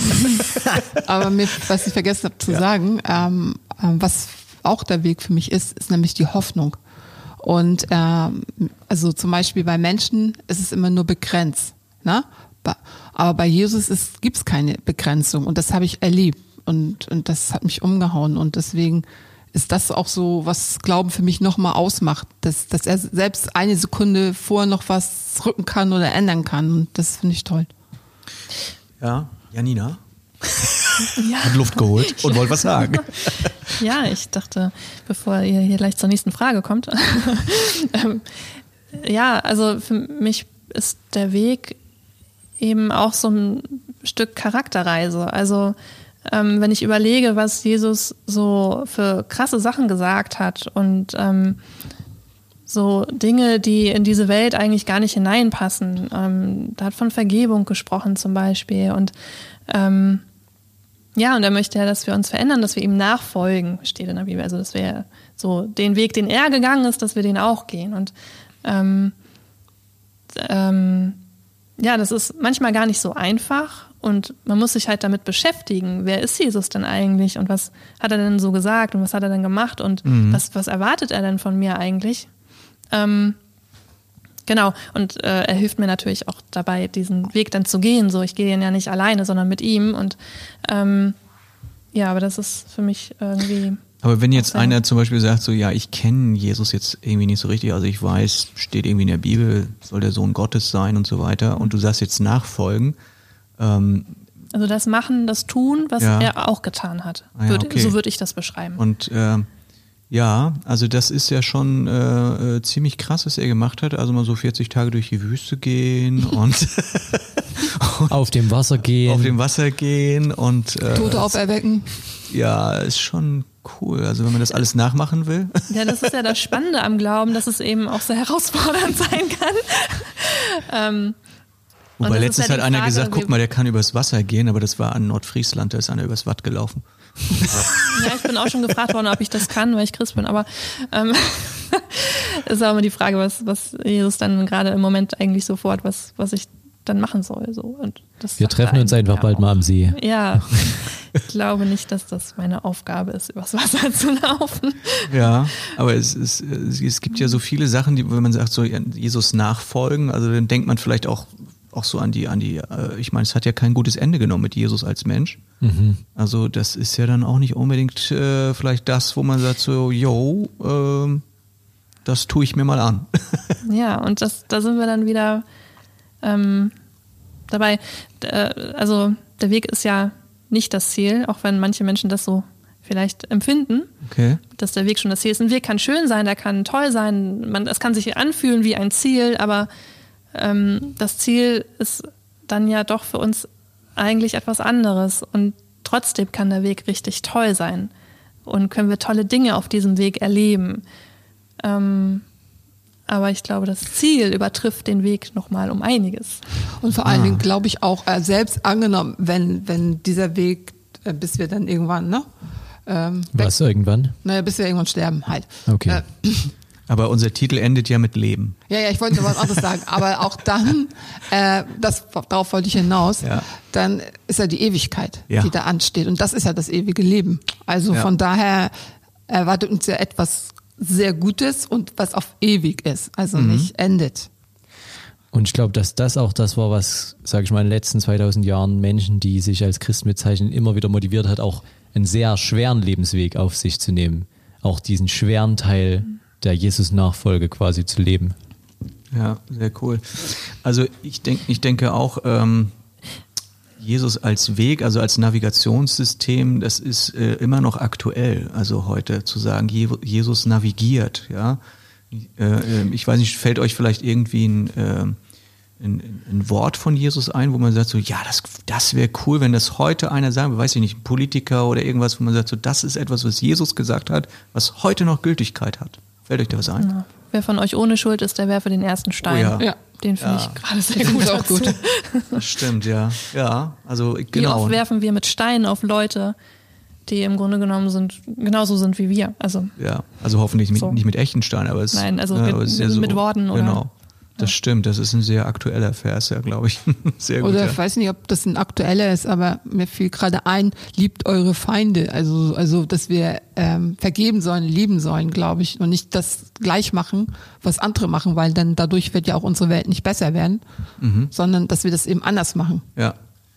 Aber mir, was ich vergessen habe zu ja. sagen, ähm, was auch der Weg für mich ist, ist nämlich die Hoffnung. Und ähm, also zum Beispiel bei Menschen ist es immer nur begrenzt. Ne? Aber bei Jesus gibt es keine Begrenzung. Und das habe ich erlebt. Und, und das hat mich umgehauen. Und deswegen ist das auch so, was Glauben für mich nochmal ausmacht. Dass, dass er selbst eine Sekunde vorher noch was rücken kann oder ändern kann. Und das finde ich toll.
Ja, Janina
ja.
hat Luft geholt und wollte was sagen.
Ja, ich dachte, bevor ihr hier gleich zur nächsten Frage kommt. ähm, ja, also für mich ist der Weg eben auch so ein Stück Charakterreise. Also ähm, wenn ich überlege, was Jesus so für krasse Sachen gesagt hat und ähm, so Dinge, die in diese Welt eigentlich gar nicht hineinpassen. Ähm, da hat von Vergebung gesprochen zum Beispiel und ähm, ja, und er möchte ja, dass wir uns verändern, dass wir ihm nachfolgen, steht in der Bibel. Also dass wir so den Weg, den er gegangen ist, dass wir den auch gehen. Und ähm, ähm, ja, das ist manchmal gar nicht so einfach und man muss sich halt damit beschäftigen. Wer ist Jesus denn eigentlich und was hat er denn so gesagt und was hat er denn gemacht und mhm. was, was erwartet er denn von mir eigentlich? Ähm, genau, und äh, er hilft mir natürlich auch dabei, diesen Weg dann zu gehen. So, ich gehe ihn ja nicht alleine, sondern mit ihm. Und ähm, ja, aber das ist für mich irgendwie.
Aber wenn jetzt einer zum Beispiel sagt, so ja, ich kenne Jesus jetzt irgendwie nicht so richtig, also ich weiß, steht irgendwie in der Bibel, soll der Sohn Gottes sein und so weiter, und du sagst jetzt nachfolgen. Ähm,
also das Machen, das Tun, was ja. er auch getan hat.
Ah, ja,
Würde,
okay.
So würde ich das beschreiben.
Und äh, ja, also das ist ja schon äh, ziemlich krass, was er gemacht hat. Also mal so vierzig Tage durch die Wüste gehen und,
und auf dem Wasser gehen.
Auf dem Wasser gehen und äh,
Tote auferwecken.
Ja, ist schon cool. Also wenn man das alles nachmachen will.
Ja, das ist ja das Spannende am Glauben, dass es eben auch sehr herausfordernd sein kann. ähm,
Wobei letztens ja hat einer Frage, gesagt, guck mal, der kann übers Wasser gehen, aber das war an Nordfriesland, da ist einer übers Watt gelaufen.
Ja, ich bin auch schon gefragt worden, ob ich das kann, weil ich Christ bin, aber ähm, ist auch immer die Frage, was, was Jesus dann gerade im Moment eigentlich so vorhat, was, was ich dann machen soll. So. Und das
Wir treffen uns einfach bald auch. mal am See.
Ja, ich glaube nicht, dass das meine Aufgabe ist, übers Wasser zu laufen.
Ja, aber es, es, es gibt ja so viele Sachen, die, wenn man sagt, so Jesus nachfolgen, also dann denkt man vielleicht auch auch so an die, an die, äh, ich meine, es hat ja kein gutes Ende genommen mit Jesus als Mensch. Mhm. Also das ist ja dann auch nicht unbedingt äh, vielleicht das, wo man sagt so, yo, äh, das tue ich mir mal an.
Ja, und das, da sind wir dann wieder ähm, dabei. Äh, also der Weg ist ja nicht das Ziel, auch wenn manche Menschen das so vielleicht empfinden,
Okay.
dass der Weg schon das Ziel ist. Ein Weg kann schön sein, der kann toll sein, man, es kann sich anfühlen wie ein Ziel, aber ähm, das Ziel ist dann ja doch für uns eigentlich etwas anderes und trotzdem kann der Weg richtig toll sein und können wir tolle Dinge auf diesem Weg erleben. Ähm, aber ich glaube, das Ziel übertrifft den Weg nochmal um einiges.
Und vor allen Dingen glaube ich auch, äh, selbst angenommen, wenn, wenn dieser Weg, äh, bis wir dann irgendwann, ne? Ähm,
Was irgendwann?
Naja, bis wir irgendwann sterben halt.
Okay.
Äh,
Aber unser Titel endet ja mit Leben.
Ja, ja, ich wollte noch was anderes sagen, aber auch dann, äh, das, darauf wollte ich hinaus,
Ja.
dann ist ja die Ewigkeit,
Ja.
die da ansteht und das ist ja das ewige Leben. Also
Ja.
von daher erwartet uns ja etwas sehr Gutes und was auf ewig ist, also
Mhm.
nicht endet.
Und ich glaube, dass das auch das war, was, sage ich mal, in den letzten zweitausend Jahren Menschen, die sich als Christen bezeichnen, immer wieder motiviert hat, auch einen sehr schweren Lebensweg auf sich zu nehmen. Auch diesen schweren Teil der Jesus-Nachfolge quasi zu leben.
Ja, sehr cool. Also ich denke, ich denke auch, ähm, Jesus als Weg, also als Navigationssystem, das ist äh, immer noch aktuell. Also heute zu sagen, Je- Jesus navigiert, ja. Äh, äh, ich weiß nicht, fällt euch vielleicht irgendwie ein, äh, ein, ein Wort von Jesus ein, wo man sagt so, ja, das, das wäre cool, wenn das heute einer sagen, weiß ich nicht, ein Politiker oder irgendwas, wo man sagt so, das ist etwas, was Jesus gesagt hat, was heute noch Gültigkeit hat. Fällt euch da was ein?
Ja. Wer von euch ohne Schuld ist, der werfe den ersten Stein.
Oh ja.
Ja.
Den finde
Ja.
ich gerade sehr
Ich finde
gut.
es auch gut.
Das stimmt, ja. Ja, also
Wie
genau.
oft werfen wir mit Steinen auf Leute, die im Grunde genommen sind, genauso sind wie wir. Also
Ja, also hoffentlich mit,
So.
nicht mit echten Steinen, aber es
Nein, also
ja,
mit-
aber es ist ja
mit-
so,
mit Worten oder-
Genau, das stimmt. Das ist ein sehr aktueller Vers, ja, glaube ich. Sehr gut.
Oder
ja.
ich weiß nicht, ob das ein aktueller ist, aber mir fiel gerade ein, liebt eure Feinde. Also, also dass wir ähm, vergeben sollen, lieben sollen, glaube ich. Und nicht das gleich machen, was andere machen, weil dann dadurch wird ja auch unsere Welt nicht besser werden,
Mhm.
sondern dass wir das eben anders machen.
Ja.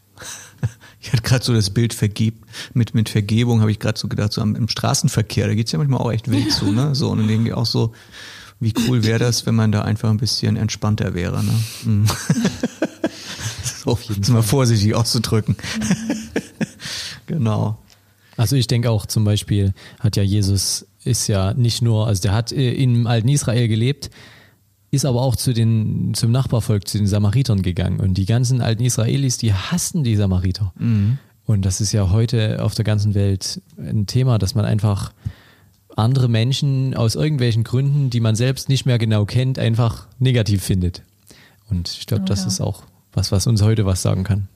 Ich hatte gerade so das Bild vergib, mit, mit Vergebung habe ich gerade so gedacht, so am, im Straßenverkehr, da geht's ja manchmal auch echt wild zu, ne? So, und dann denke ich auch so, wie cool wäre das, wenn man da einfach ein bisschen entspannter wäre, ne? Mhm. So, jetzt mal vorsichtig auszudrücken. Genau.
Also ich denke auch zum Beispiel hat ja Jesus, ist ja nicht nur, also der hat äh, im alten Israel gelebt, ist aber auch zu den, zum Nachbarvolk, zu den Samaritern gegangen. Und die ganzen alten Israelis, die hassten die Samariter. Und das ist ja heute auf der ganzen Welt ein Thema, dass man einfach andere Menschen aus irgendwelchen Gründen, die man selbst nicht mehr genau kennt, einfach negativ findet. Und ich glaube,
Oh,
das
ja.
ist auch was, was uns heute was sagen kann.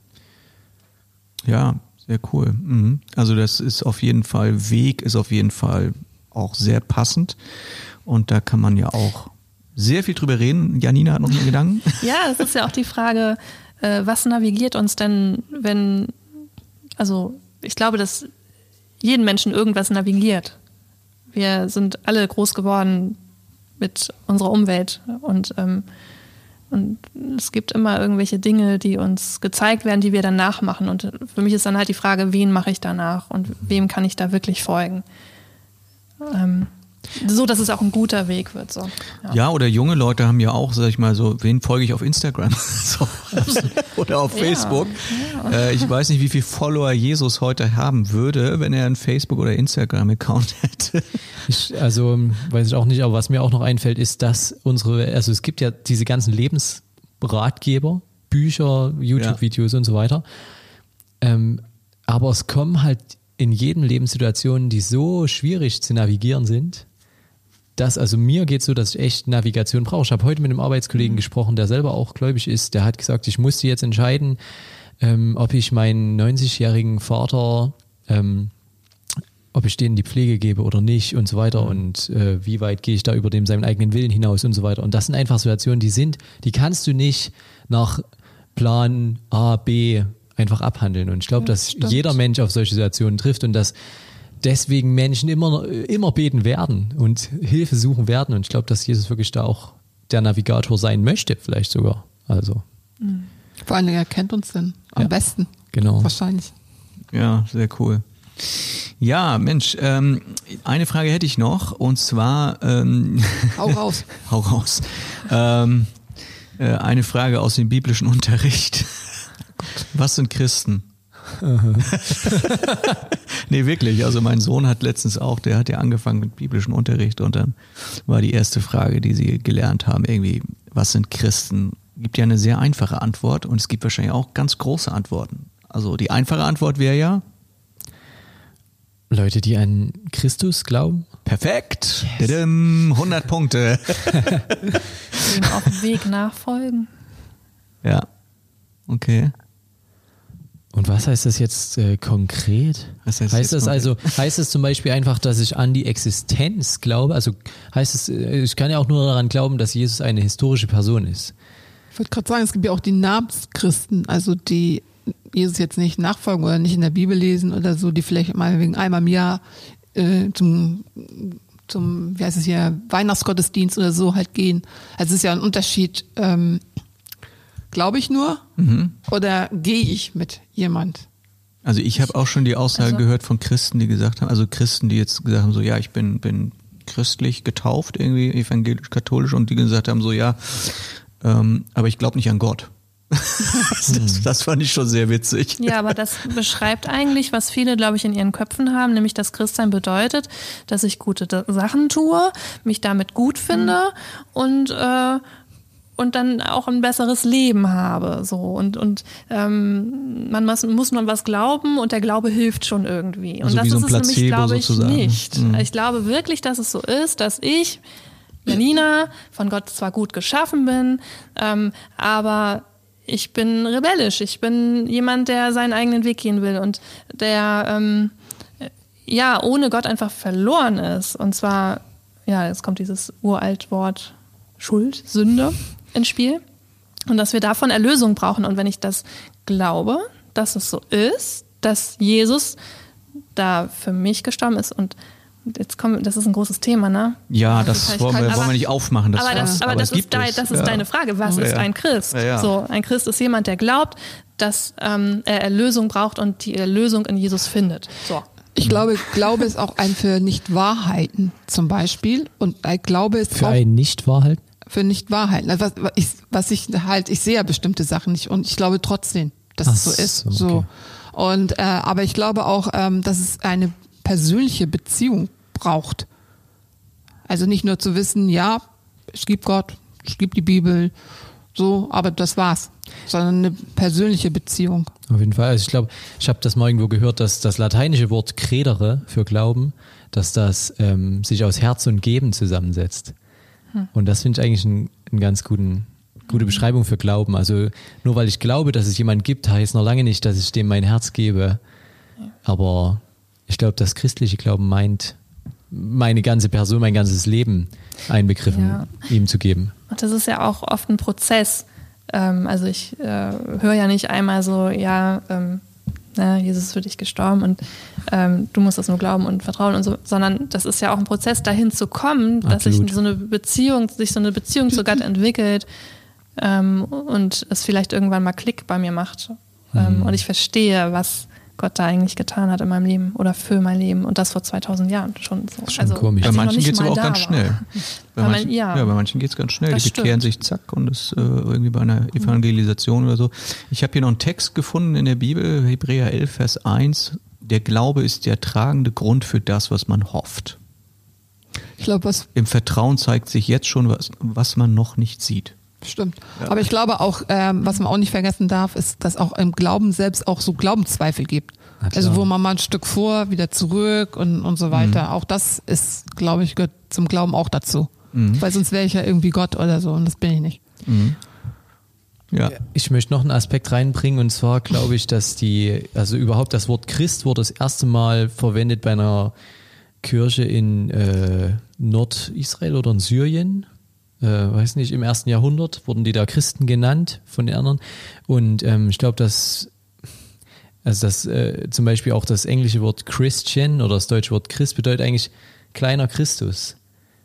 Ja, sehr cool. Mhm. Also das ist auf jeden Fall, Weg ist auf jeden Fall auch sehr passend. Und da kann man ja auch sehr viel drüber reden. Janina hat noch einen Gedanken.
ja, das ist ja auch die Frage, äh, was navigiert uns denn, wenn, also ich glaube, dass jeden Menschen irgendwas navigiert. Wir sind alle groß geworden mit unserer Umwelt und, ähm, und es gibt immer irgendwelche Dinge, die uns gezeigt werden, die wir dann nachmachen. Und für mich ist dann halt die Frage, wen mache ich danach und wem kann ich da wirklich folgen? Ähm, so, dass es auch ein guter Weg wird. So. Ja.
Ja, oder junge Leute haben ja auch, sag ich mal so, wen folge ich auf Instagram so, oder auf
Ja,
Facebook. Äh, ich weiß nicht, wie viel Follower Jesus heute haben würde, wenn er einen Facebook- oder Instagram-Account hätte.
Ich, also weiß ich auch nicht, aber was mir auch noch einfällt, ist, dass unsere, also es gibt ja diese ganzen Lebensratgeber, Bücher, YouTube-Videos und so weiter. Ähm, aber es kommen halt in jedem Lebenssituationen, die so schwierig zu navigieren sind, dass, also mir geht so, dass ich echt Navigation brauche. Ich habe heute mit einem Arbeitskollegen gesprochen, der selber auch gläubig ist, der hat gesagt, ich musste jetzt entscheiden, ähm, ob ich meinen neunzigjährigen Vater, ähm, ob ich denen die Pflege gebe oder nicht und so weiter und äh, wie weit gehe ich da über dem seinen eigenen Willen hinaus und so weiter. Und das sind einfach Situationen, die sind, die kannst du nicht nach Plan A, B einfach abhandeln. Und ich glaube,
Ja,
dass
stimmt.
jeder Mensch auf solche Situationen trifft und dass deswegen Menschen immer, immer beten werden und Hilfe suchen werden. Und ich glaube, dass Jesus wirklich da auch der Navigator sein möchte, vielleicht sogar. Also,
Vor allen Dingen, er kennt uns denn am
Ja.
besten.
genau.
Wahrscheinlich.
Ja, sehr cool. Ja, Mensch, ähm, eine Frage hätte ich noch, und zwar ähm,
Hau raus.
hau raus. Ähm, äh, eine Frage aus dem biblischen Unterricht. Was sind Christen? Nee, wirklich. Also mein Sohn hat letztens auch, der hat ja angefangen mit biblischem Unterricht und dann war die erste Frage, die sie gelernt haben, irgendwie, was sind Christen? Gibt ja eine sehr einfache Antwort und es gibt wahrscheinlich auch ganz große Antworten. Also die einfache Antwort wäre ja
Leute, die an Christus glauben.
perfekt. Yes. hundert Punkte.
Dem auf dem Weg nachfolgen.
Ja. Okay.
Und was heißt das jetzt äh, konkret?
Was heißt
heißt
jetzt
das
konkret?
also, heißt es zum Beispiel einfach, dass ich an die Existenz glaube? Also heißt es, äh, ich kann ja auch nur daran glauben, dass Jesus eine historische Person ist.
Ich wollte gerade sagen, es gibt ja auch die Namenschristen, also die Jesus jetzt nicht nachfolgen oder nicht in der Bibel lesen oder so, die vielleicht mal wegen einmal im Jahr äh, zum, zum, wie heißt es hier, Weihnachtsgottesdienst oder so halt gehen. Also es ist ja ein Unterschied, ähm, glaube ich nur mhm. oder gehe ich mit jemand?
Also ich habe auch schon die Aussage
Also-
gehört von Christen, die gesagt haben, also Christen, die jetzt gesagt haben, so ja, ich bin, bin christlich getauft, irgendwie evangelisch-katholisch, und die gesagt haben, so ja, ähm, aber ich glaube nicht an Gott. das, das fand ich schon sehr witzig.
Ja, aber das beschreibt eigentlich, was viele, glaube ich, in ihren Köpfen haben, nämlich dass Christsein bedeutet, dass ich gute D- Sachen tue, mich damit gut finde mhm. und äh, und dann auch ein besseres Leben habe. So. Und, und ähm, man muss, muss nur an was glauben und der Glaube hilft schon irgendwie.
Also
und das
wie so ein
ist es nämlich,
Placebo
glaube ich,
sozusagen.
nicht.
Mhm.
Ich glaube wirklich, dass es so ist, dass ich, Janina, von Gott zwar gut geschaffen bin, ähm, aber ich bin rebellisch. Ich bin jemand, der seinen eigenen Weg gehen will und der ähm, ja ohne Gott einfach verloren ist. Und zwar, ja, jetzt kommt dieses uralt Wort Schuld, Sünde ins Spiel. Und dass wir davon Erlösung brauchen. Und wenn ich das glaube, dass es so ist, dass Jesus da für mich gestorben ist und jetzt kommen, das ist ein großes Thema, ne?
Ja, das
ich
wollen
kann-
wir,
aber-
wollen wir nicht aufmachen. Das
aber das,
Fass,
aber
aber
das,
es
ist,
gibt
dein,
es.
das ist
Ja.
deine Frage. Was
Ja,
ist
ja.
ein Christ?
Ja, ja.
So, ein Christ ist jemand, der glaubt, dass ähm, er Erlösung braucht und die Erlösung in Jesus findet. So.
Ich glaube, Glaube ist auch ein für Nicht-Wahrheiten zum Beispiel und ein Glaube ist
Für
auch
ein Nicht-Wahrheit?
für Nicht-Wahrheiten. Also was, was ich, was ich halt, ich sehe ja bestimmte Sachen nicht und ich glaube trotzdem, dass
Ach
es so ist.
so,
So.
okay.
Und äh, aber ich glaube auch, ähm, dass es eine persönliche Beziehung braucht. Also nicht nur zu wissen, ja, es gibt Gott, es gibt die Bibel, so, aber das war's, sondern eine persönliche Beziehung.
Auf jeden Fall. Also ich glaube, ich habe das mal irgendwo gehört, dass das lateinische Wort credere für Glauben, dass das ähm, sich aus Herz und Geben zusammensetzt. Hm. Und das finde ich eigentlich einen, einen ganz guten, gute Beschreibung für Glauben. Also nur weil ich glaube, dass es jemanden gibt, heißt noch lange nicht, dass ich dem mein Herz gebe. Aber ich glaube, das christliche Glauben meint, meine ganze Person, mein ganzes Leben einbegriffen,
Ja.
ihm zu geben.
Und das ist ja auch oft ein Prozess. Ähm, also ich äh, höre ja nicht einmal so, ja, ähm, na, Jesus ist für dich gestorben und ähm, du musst das nur glauben und vertrauen und so, sondern das ist ja auch ein Prozess, dahin zu kommen, dass sich
Absolut.
so eine Beziehung, sich so eine Beziehung zu Gott entwickelt ähm, und es vielleicht irgendwann mal Klick bei mir macht. Ähm,
Mhm.
Und ich verstehe, was Gott da eigentlich getan hat in meinem Leben oder für mein Leben und das vor zweitausend Jahren schon so.
ist schon komisch.
als
Bei
ich noch
manchen
nicht
geht es aber
mal
auch
da
ganz
war.
schnell. Bei
Bei man-
manchen,
ja.
ja, bei manchen geht es ganz schnell.
Das
Die bekehren
stimmt.
sich zack und das äh, irgendwie bei einer Evangelisation oder so. Ich habe hier noch einen Text gefunden in der Bibel, Hebräer elf, Vers eins. Der Glaube ist der tragende Grund für das, was man hofft.
Ich glaube, was
Im Vertrauen zeigt sich jetzt schon, was, was man noch nicht sieht.
stimmt. Aber ich glaube auch, ähm, was man auch nicht vergessen darf, ist, dass auch im Glauben selbst auch so Glaubenszweifel gibt.
Na klar.
Also wo man mal ein Stück vor, wieder zurück und, und so weiter. Auch das ist, glaube ich, gehört zum Glauben auch dazu. Weil sonst wäre ich ja irgendwie Gott oder so und das bin ich nicht.
Ja.
Ich möchte noch einen Aspekt reinbringen und zwar glaube ich, dass die, also überhaupt das Wort Christ wurde das erste Mal verwendet bei einer Kirche in äh, Nordisrael oder in Syrien. Äh, weiß nicht, im ersten Jahrhundert wurden die da Christen genannt von den anderen. Und ähm, ich glaube, dass also das äh, zum Beispiel auch das englische Wort Christian oder das deutsche Wort Christ bedeutet eigentlich kleiner Christus.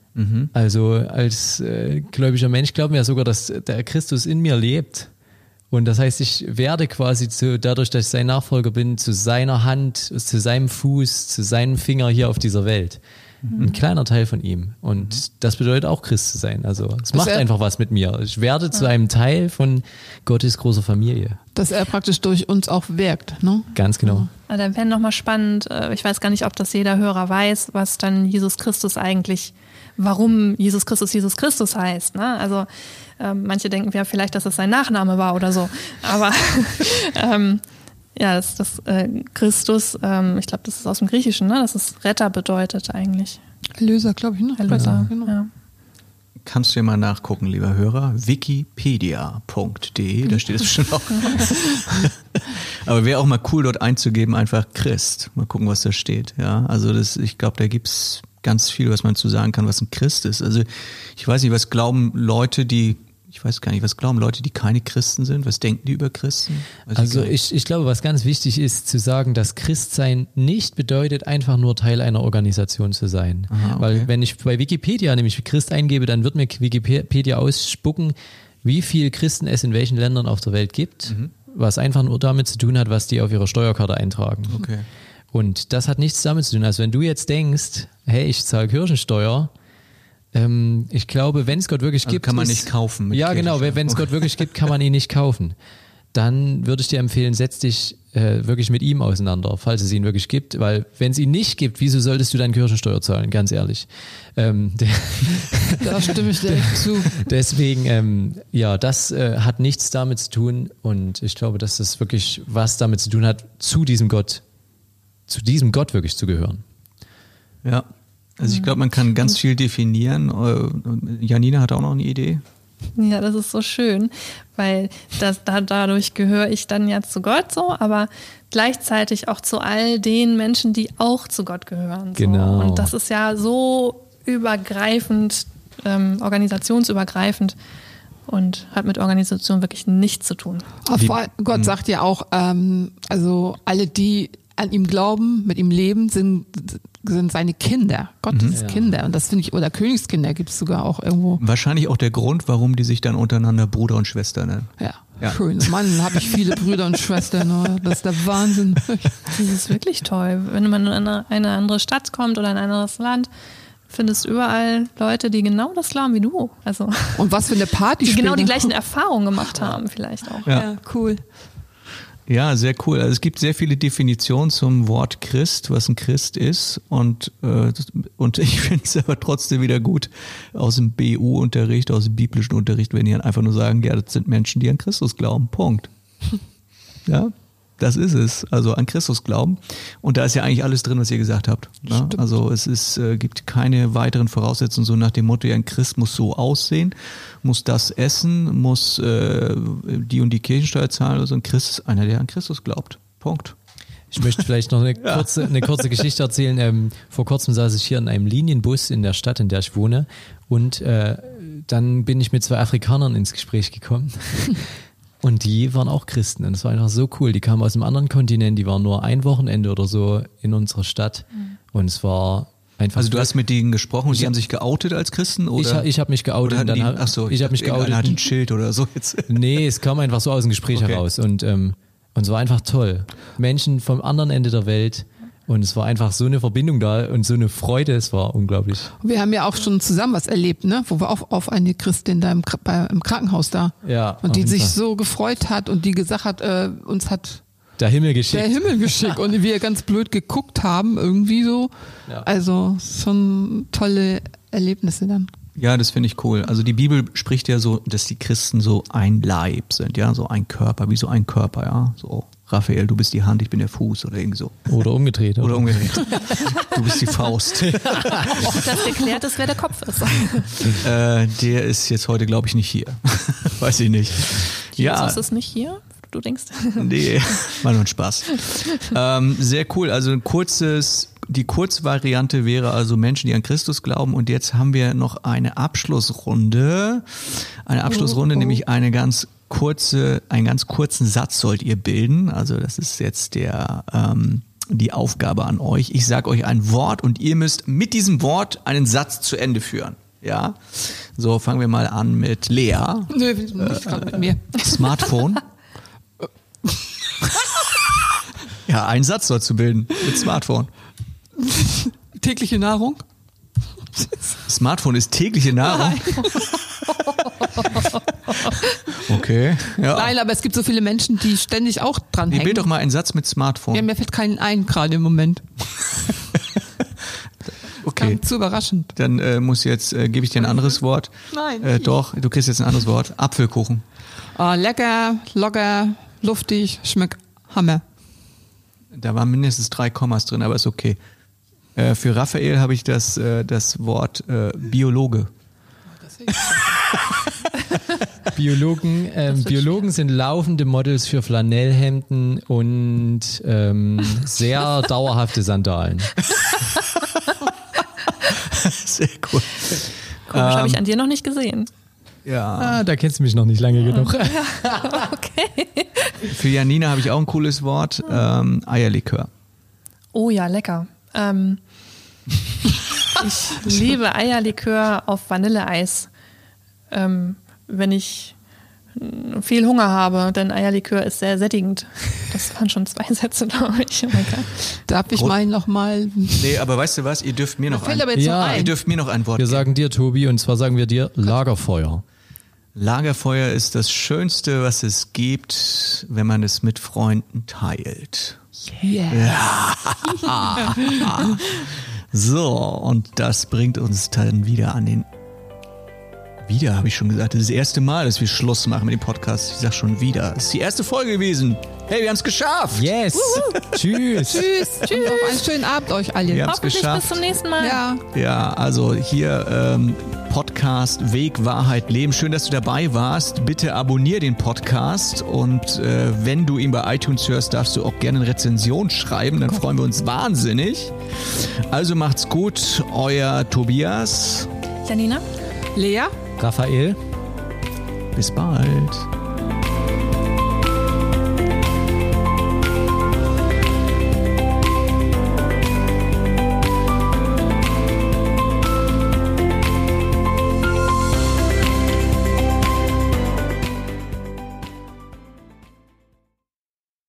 Also als äh, gläubiger Mensch glauben wir ja sogar, dass der Christus in mir lebt Und das heißt, ich werde quasi zu, dadurch, dass ich sein Nachfolger bin, zu seiner Hand, zu seinem Fuß, zu seinem Finger hier auf dieser Welt. Ein kleiner Teil von ihm. Und das bedeutet auch Christ zu sein. Also es macht
er,
einfach was mit mir. Ich werde zu einem Teil von Gottes großer Familie.
Dass er praktisch durch uns auch wirkt, ne?
Ganz genau.
Also, dann wäre nochmal spannend, ich weiß gar nicht, ob das jeder Hörer weiß, was dann Jesus Christus eigentlich, warum Jesus Christus Jesus Christus heißt. Ne? Also ähm, manche denken ja vielleicht, dass das sein Nachname war oder so. Aber ähm, ja, das, das äh, Christus, ähm, ich glaube, das ist aus dem Griechischen, ne? Dass es Retter bedeutet eigentlich.
Erlöser, glaube ich, ne?
Erlöser,
Ja, genau.
ja.
Kannst du ja mal nachgucken, lieber Hörer. wikipedia punkt de, da steht es schon auch. Aber wäre auch mal cool, dort einzugeben, einfach Christ. Mal gucken, was da steht. Ja, also das, ich glaube, da gibt's ganz viel, was man zu sagen kann, was ein Christ ist. Also ich weiß nicht, was glauben Leute, die Ich weiß gar nicht, was glauben Leute, die keine Christen sind? Was denken die über Christen? Weiß
Also
ich,
ich, ich glaube, was ganz wichtig ist, zu sagen, dass Christsein nicht bedeutet, einfach nur Teil einer Organisation zu sein.
Aha, okay.
Weil wenn ich bei Wikipedia nämlich Christ eingebe, dann wird mir Wikipedia ausspucken, wie viel Christen es in welchen Ländern auf der Welt gibt, mhm. was einfach nur damit zu tun hat, was die auf ihrer Steuerkarte eintragen.
Okay.
Und das hat nichts damit zu tun. Also wenn du jetzt denkst, hey, ich zahle Kirchensteuer, ich glaube, wenn es Gott wirklich
also
gibt...
kann man
ist,
nicht kaufen. Mit
ja, genau. Wenn es
okay.
Gott wirklich gibt, kann man ihn nicht kaufen. Dann würde ich dir empfehlen, setz dich äh, wirklich mit ihm auseinander, falls es ihn wirklich gibt. Weil wenn es ihn nicht gibt, wieso solltest du dann Kirchensteuer zahlen? Ganz ehrlich. Ähm, der,
da stimme ich dir echt zu.
Deswegen, ähm, ja, das äh, hat nichts damit zu tun. Und ich glaube, dass das wirklich was damit zu tun hat, zu diesem Gott, zu diesem Gott wirklich zu gehören.
Ja. Also ich glaube, man kann ganz viel definieren. Janina hat auch noch eine Idee.
Ja, das ist so schön, weil das, da, dadurch gehöre ich dann ja zu Gott so, aber gleichzeitig auch zu all den Menschen, die auch zu Gott gehören. So.
Genau.
Und das ist ja so übergreifend, ähm, organisationsübergreifend und hat mit Organisation wirklich nichts zu tun.
Aber Gott sagt ja auch, ähm, also alle, die an ihm glauben, mit ihm leben, sind sind seine Kinder, Gottes
Mhm.
Kinder. Und das finde ich, oder Königskinder gibt es sogar auch irgendwo.
Wahrscheinlich auch der Grund, warum die sich dann untereinander Bruder und Schwester nennen.
Ja,
Ja.
schön. Mann, habe ich viele Brüder und Schwestern. Ne? Das ist der Wahnsinn.
Das ist wirklich toll. Wenn man in eine, eine andere Stadt kommt oder in ein anderes Land, findest du überall Leute, die genau das glauben wie du. Also
Und was für eine Party
die genau
später.
die gleichen Erfahrungen gemacht haben vielleicht auch.
Ja.
Ja, cool.
Ja, sehr cool. Also es gibt sehr viele Definitionen zum Wort Christ, was ein Christ ist. Und, äh, und ich finde es aber trotzdem wieder gut aus dem B U-Unterricht, aus dem biblischen Unterricht, wenn die dann einfach nur sagen, ja, das sind Menschen, die an Christus glauben. Punkt. Ja, das ist es. Also an Christus glauben. Und da ist ja eigentlich alles drin, was ihr gesagt habt. Ne? Also es ist, äh, gibt keine weiteren Voraussetzungen, so nach dem Motto, ja, ein Christ muss so aussehen, muss das essen, muss äh, die und die Kirchensteuer zahlen. Also ein Christ ist einer, der an Christus glaubt. Punkt.
Ich möchte vielleicht noch eine kurze, eine kurze Geschichte erzählen. Ähm, vor kurzem saß ich hier in einem Linienbus in der Stadt, in der ich wohne. Und äh, dann bin ich mit zwei Afrikanern ins Gespräch gekommen. Und die waren auch Christen. Und es war einfach so cool. Die kamen aus einem anderen Kontinent. Die waren nur ein Wochenende oder so in unserer Stadt. Und es war einfach...
Also du hast mit denen gesprochen und die haben sich geoutet als Christen? Oder?
Ich, ich habe mich geoutet.
Oder
Und dann
die, ach so,
ich habe mich geoutet.
Einer hat ein Schild oder so jetzt.
Nee, es kam einfach so aus dem Gespräch
Okay.
heraus. Und, ähm, und es war einfach toll. Menschen vom anderen Ende der Welt. Und es war einfach so eine Verbindung da und so eine Freude. Es war unglaublich.
Wir haben ja auch schon zusammen was erlebt, ne? Wo wir auch auf eine Christin da im, Kr- bei, im Krankenhaus da.
Ja, auf
Und die
jeden
sich
Fall.
so gefreut hat und die gesagt hat, äh, uns hat
Der Himmel geschickt.
der Himmel geschickt und wir ganz blöd geguckt haben, irgendwie so.
Ja.
Also schon tolle Erlebnisse dann.
Ja, das finde ich cool. Also die Bibel spricht ja so, dass die Christen so ein Leib sind, ja, so ein Körper, wie so ein Körper, ja. So, Raphael, du bist die Hand, ich bin der Fuß oder irgendwie so.
Oder umgedreht.
Oder umgedreht. Du bist die Faust.
Ob das geklärt ist, wer der Kopf ist.
äh, der ist jetzt heute, glaube ich, nicht hier. Weiß ich nicht. Ja,
Jesus ist nicht hier, du denkst.
nee, war nur ein Spaß. Ähm, sehr cool. Also ein kurzes, die Kurzvariante wäre also Menschen, die an Christus glauben. Und jetzt haben wir noch eine Abschlussrunde. Eine Abschlussrunde,
Oh, oh.
nämlich eine ganz kurze, einen ganz kurzen Satz sollt ihr bilden. Also das ist jetzt der ähm, die Aufgabe an euch. Ich sage euch ein Wort und ihr müsst mit diesem Wort einen Satz zu Ende führen. Ja, so fangen wir mal an mit Lea.
Nö, nicht gerade mit mir.
Smartphone. Ja, einen Satz dort zu bilden mit Smartphone.
Tägliche Nahrung?
Smartphone ist tägliche Nahrung. Okay. Ja.
Nein, aber es gibt so viele Menschen, die ständig auch dran
Nee,
hängen.
bild doch mal einen Satz mit Smartphone.
Ja, mir fällt keinen ein, gerade im Moment.
Okay.
Kam zu überraschend.
Dann äh, muss jetzt, äh, gebe ich dir ein anderes Wort.
Nein.
Äh, doch, du kriegst jetzt ein anderes Wort. Apfelkuchen.
Oh, lecker, locker, luftig, schmeckt Hammer.
Da waren mindestens drei Kommas drin, aber ist okay. Äh, für Raphael habe ich das, äh, das Wort äh, Biologe.
Biologen, ähm, Biologen sind laufende Models für Flanellhemden und ähm, sehr dauerhafte Sandalen.
Sehr cool.
Komisch,
Ähm,
habe ich an dir noch nicht gesehen.
Ja.
Ah, da kennst du mich noch nicht lange genug.
Okay.
Für Janina habe ich auch ein cooles Wort. Ähm, Eierlikör.
Oh ja, lecker. Ähm, ich liebe Eierlikör auf Vanilleeis. Ähm, wenn ich mm, viel Hunger habe, denn Eierlikör ist sehr sättigend. Das waren schon zwei Sätze, glaube ich. Oh mein Gott.
Darf ich
Grund-
meinen nochmal?
Nee, aber weißt du was? Ihr dürft mir noch
Fällt
ein,
aber jetzt
Ja.
noch
ihr
ein.
dürft mir noch ein Wort
Wir
geben.
sagen dir, Tobi, und zwar sagen wir dir Lagerfeuer.
Lagerfeuer ist das Schönste, was es gibt, wenn man es mit Freunden teilt.
Yeah.
So, und das bringt uns dann wieder an den... Wieder, habe ich schon gesagt. Das ist das erste Mal, dass wir Schluss machen mit dem Podcast. Ich sag schon wieder. Es ist die erste Folge gewesen. Hey, wir haben es geschafft.
Yes! Tschüss!
Tschüss. Und noch einen schönen Abend euch alle.
Wir haben es
Hoffentlich
geschafft.
bis zum nächsten Mal.
Ja.
Ja, also hier ähm, Podcast Weg, Wahrheit, Leben. Schön, dass du dabei warst. Bitte abonnier den Podcast und äh, wenn du ihn bei iTunes hörst, darfst du auch gerne eine Rezension schreiben. Dann freuen wir uns wahnsinnig. Also macht's gut. Euer Tobias.
Janina?
Lea?
Raphael?
Bis bald.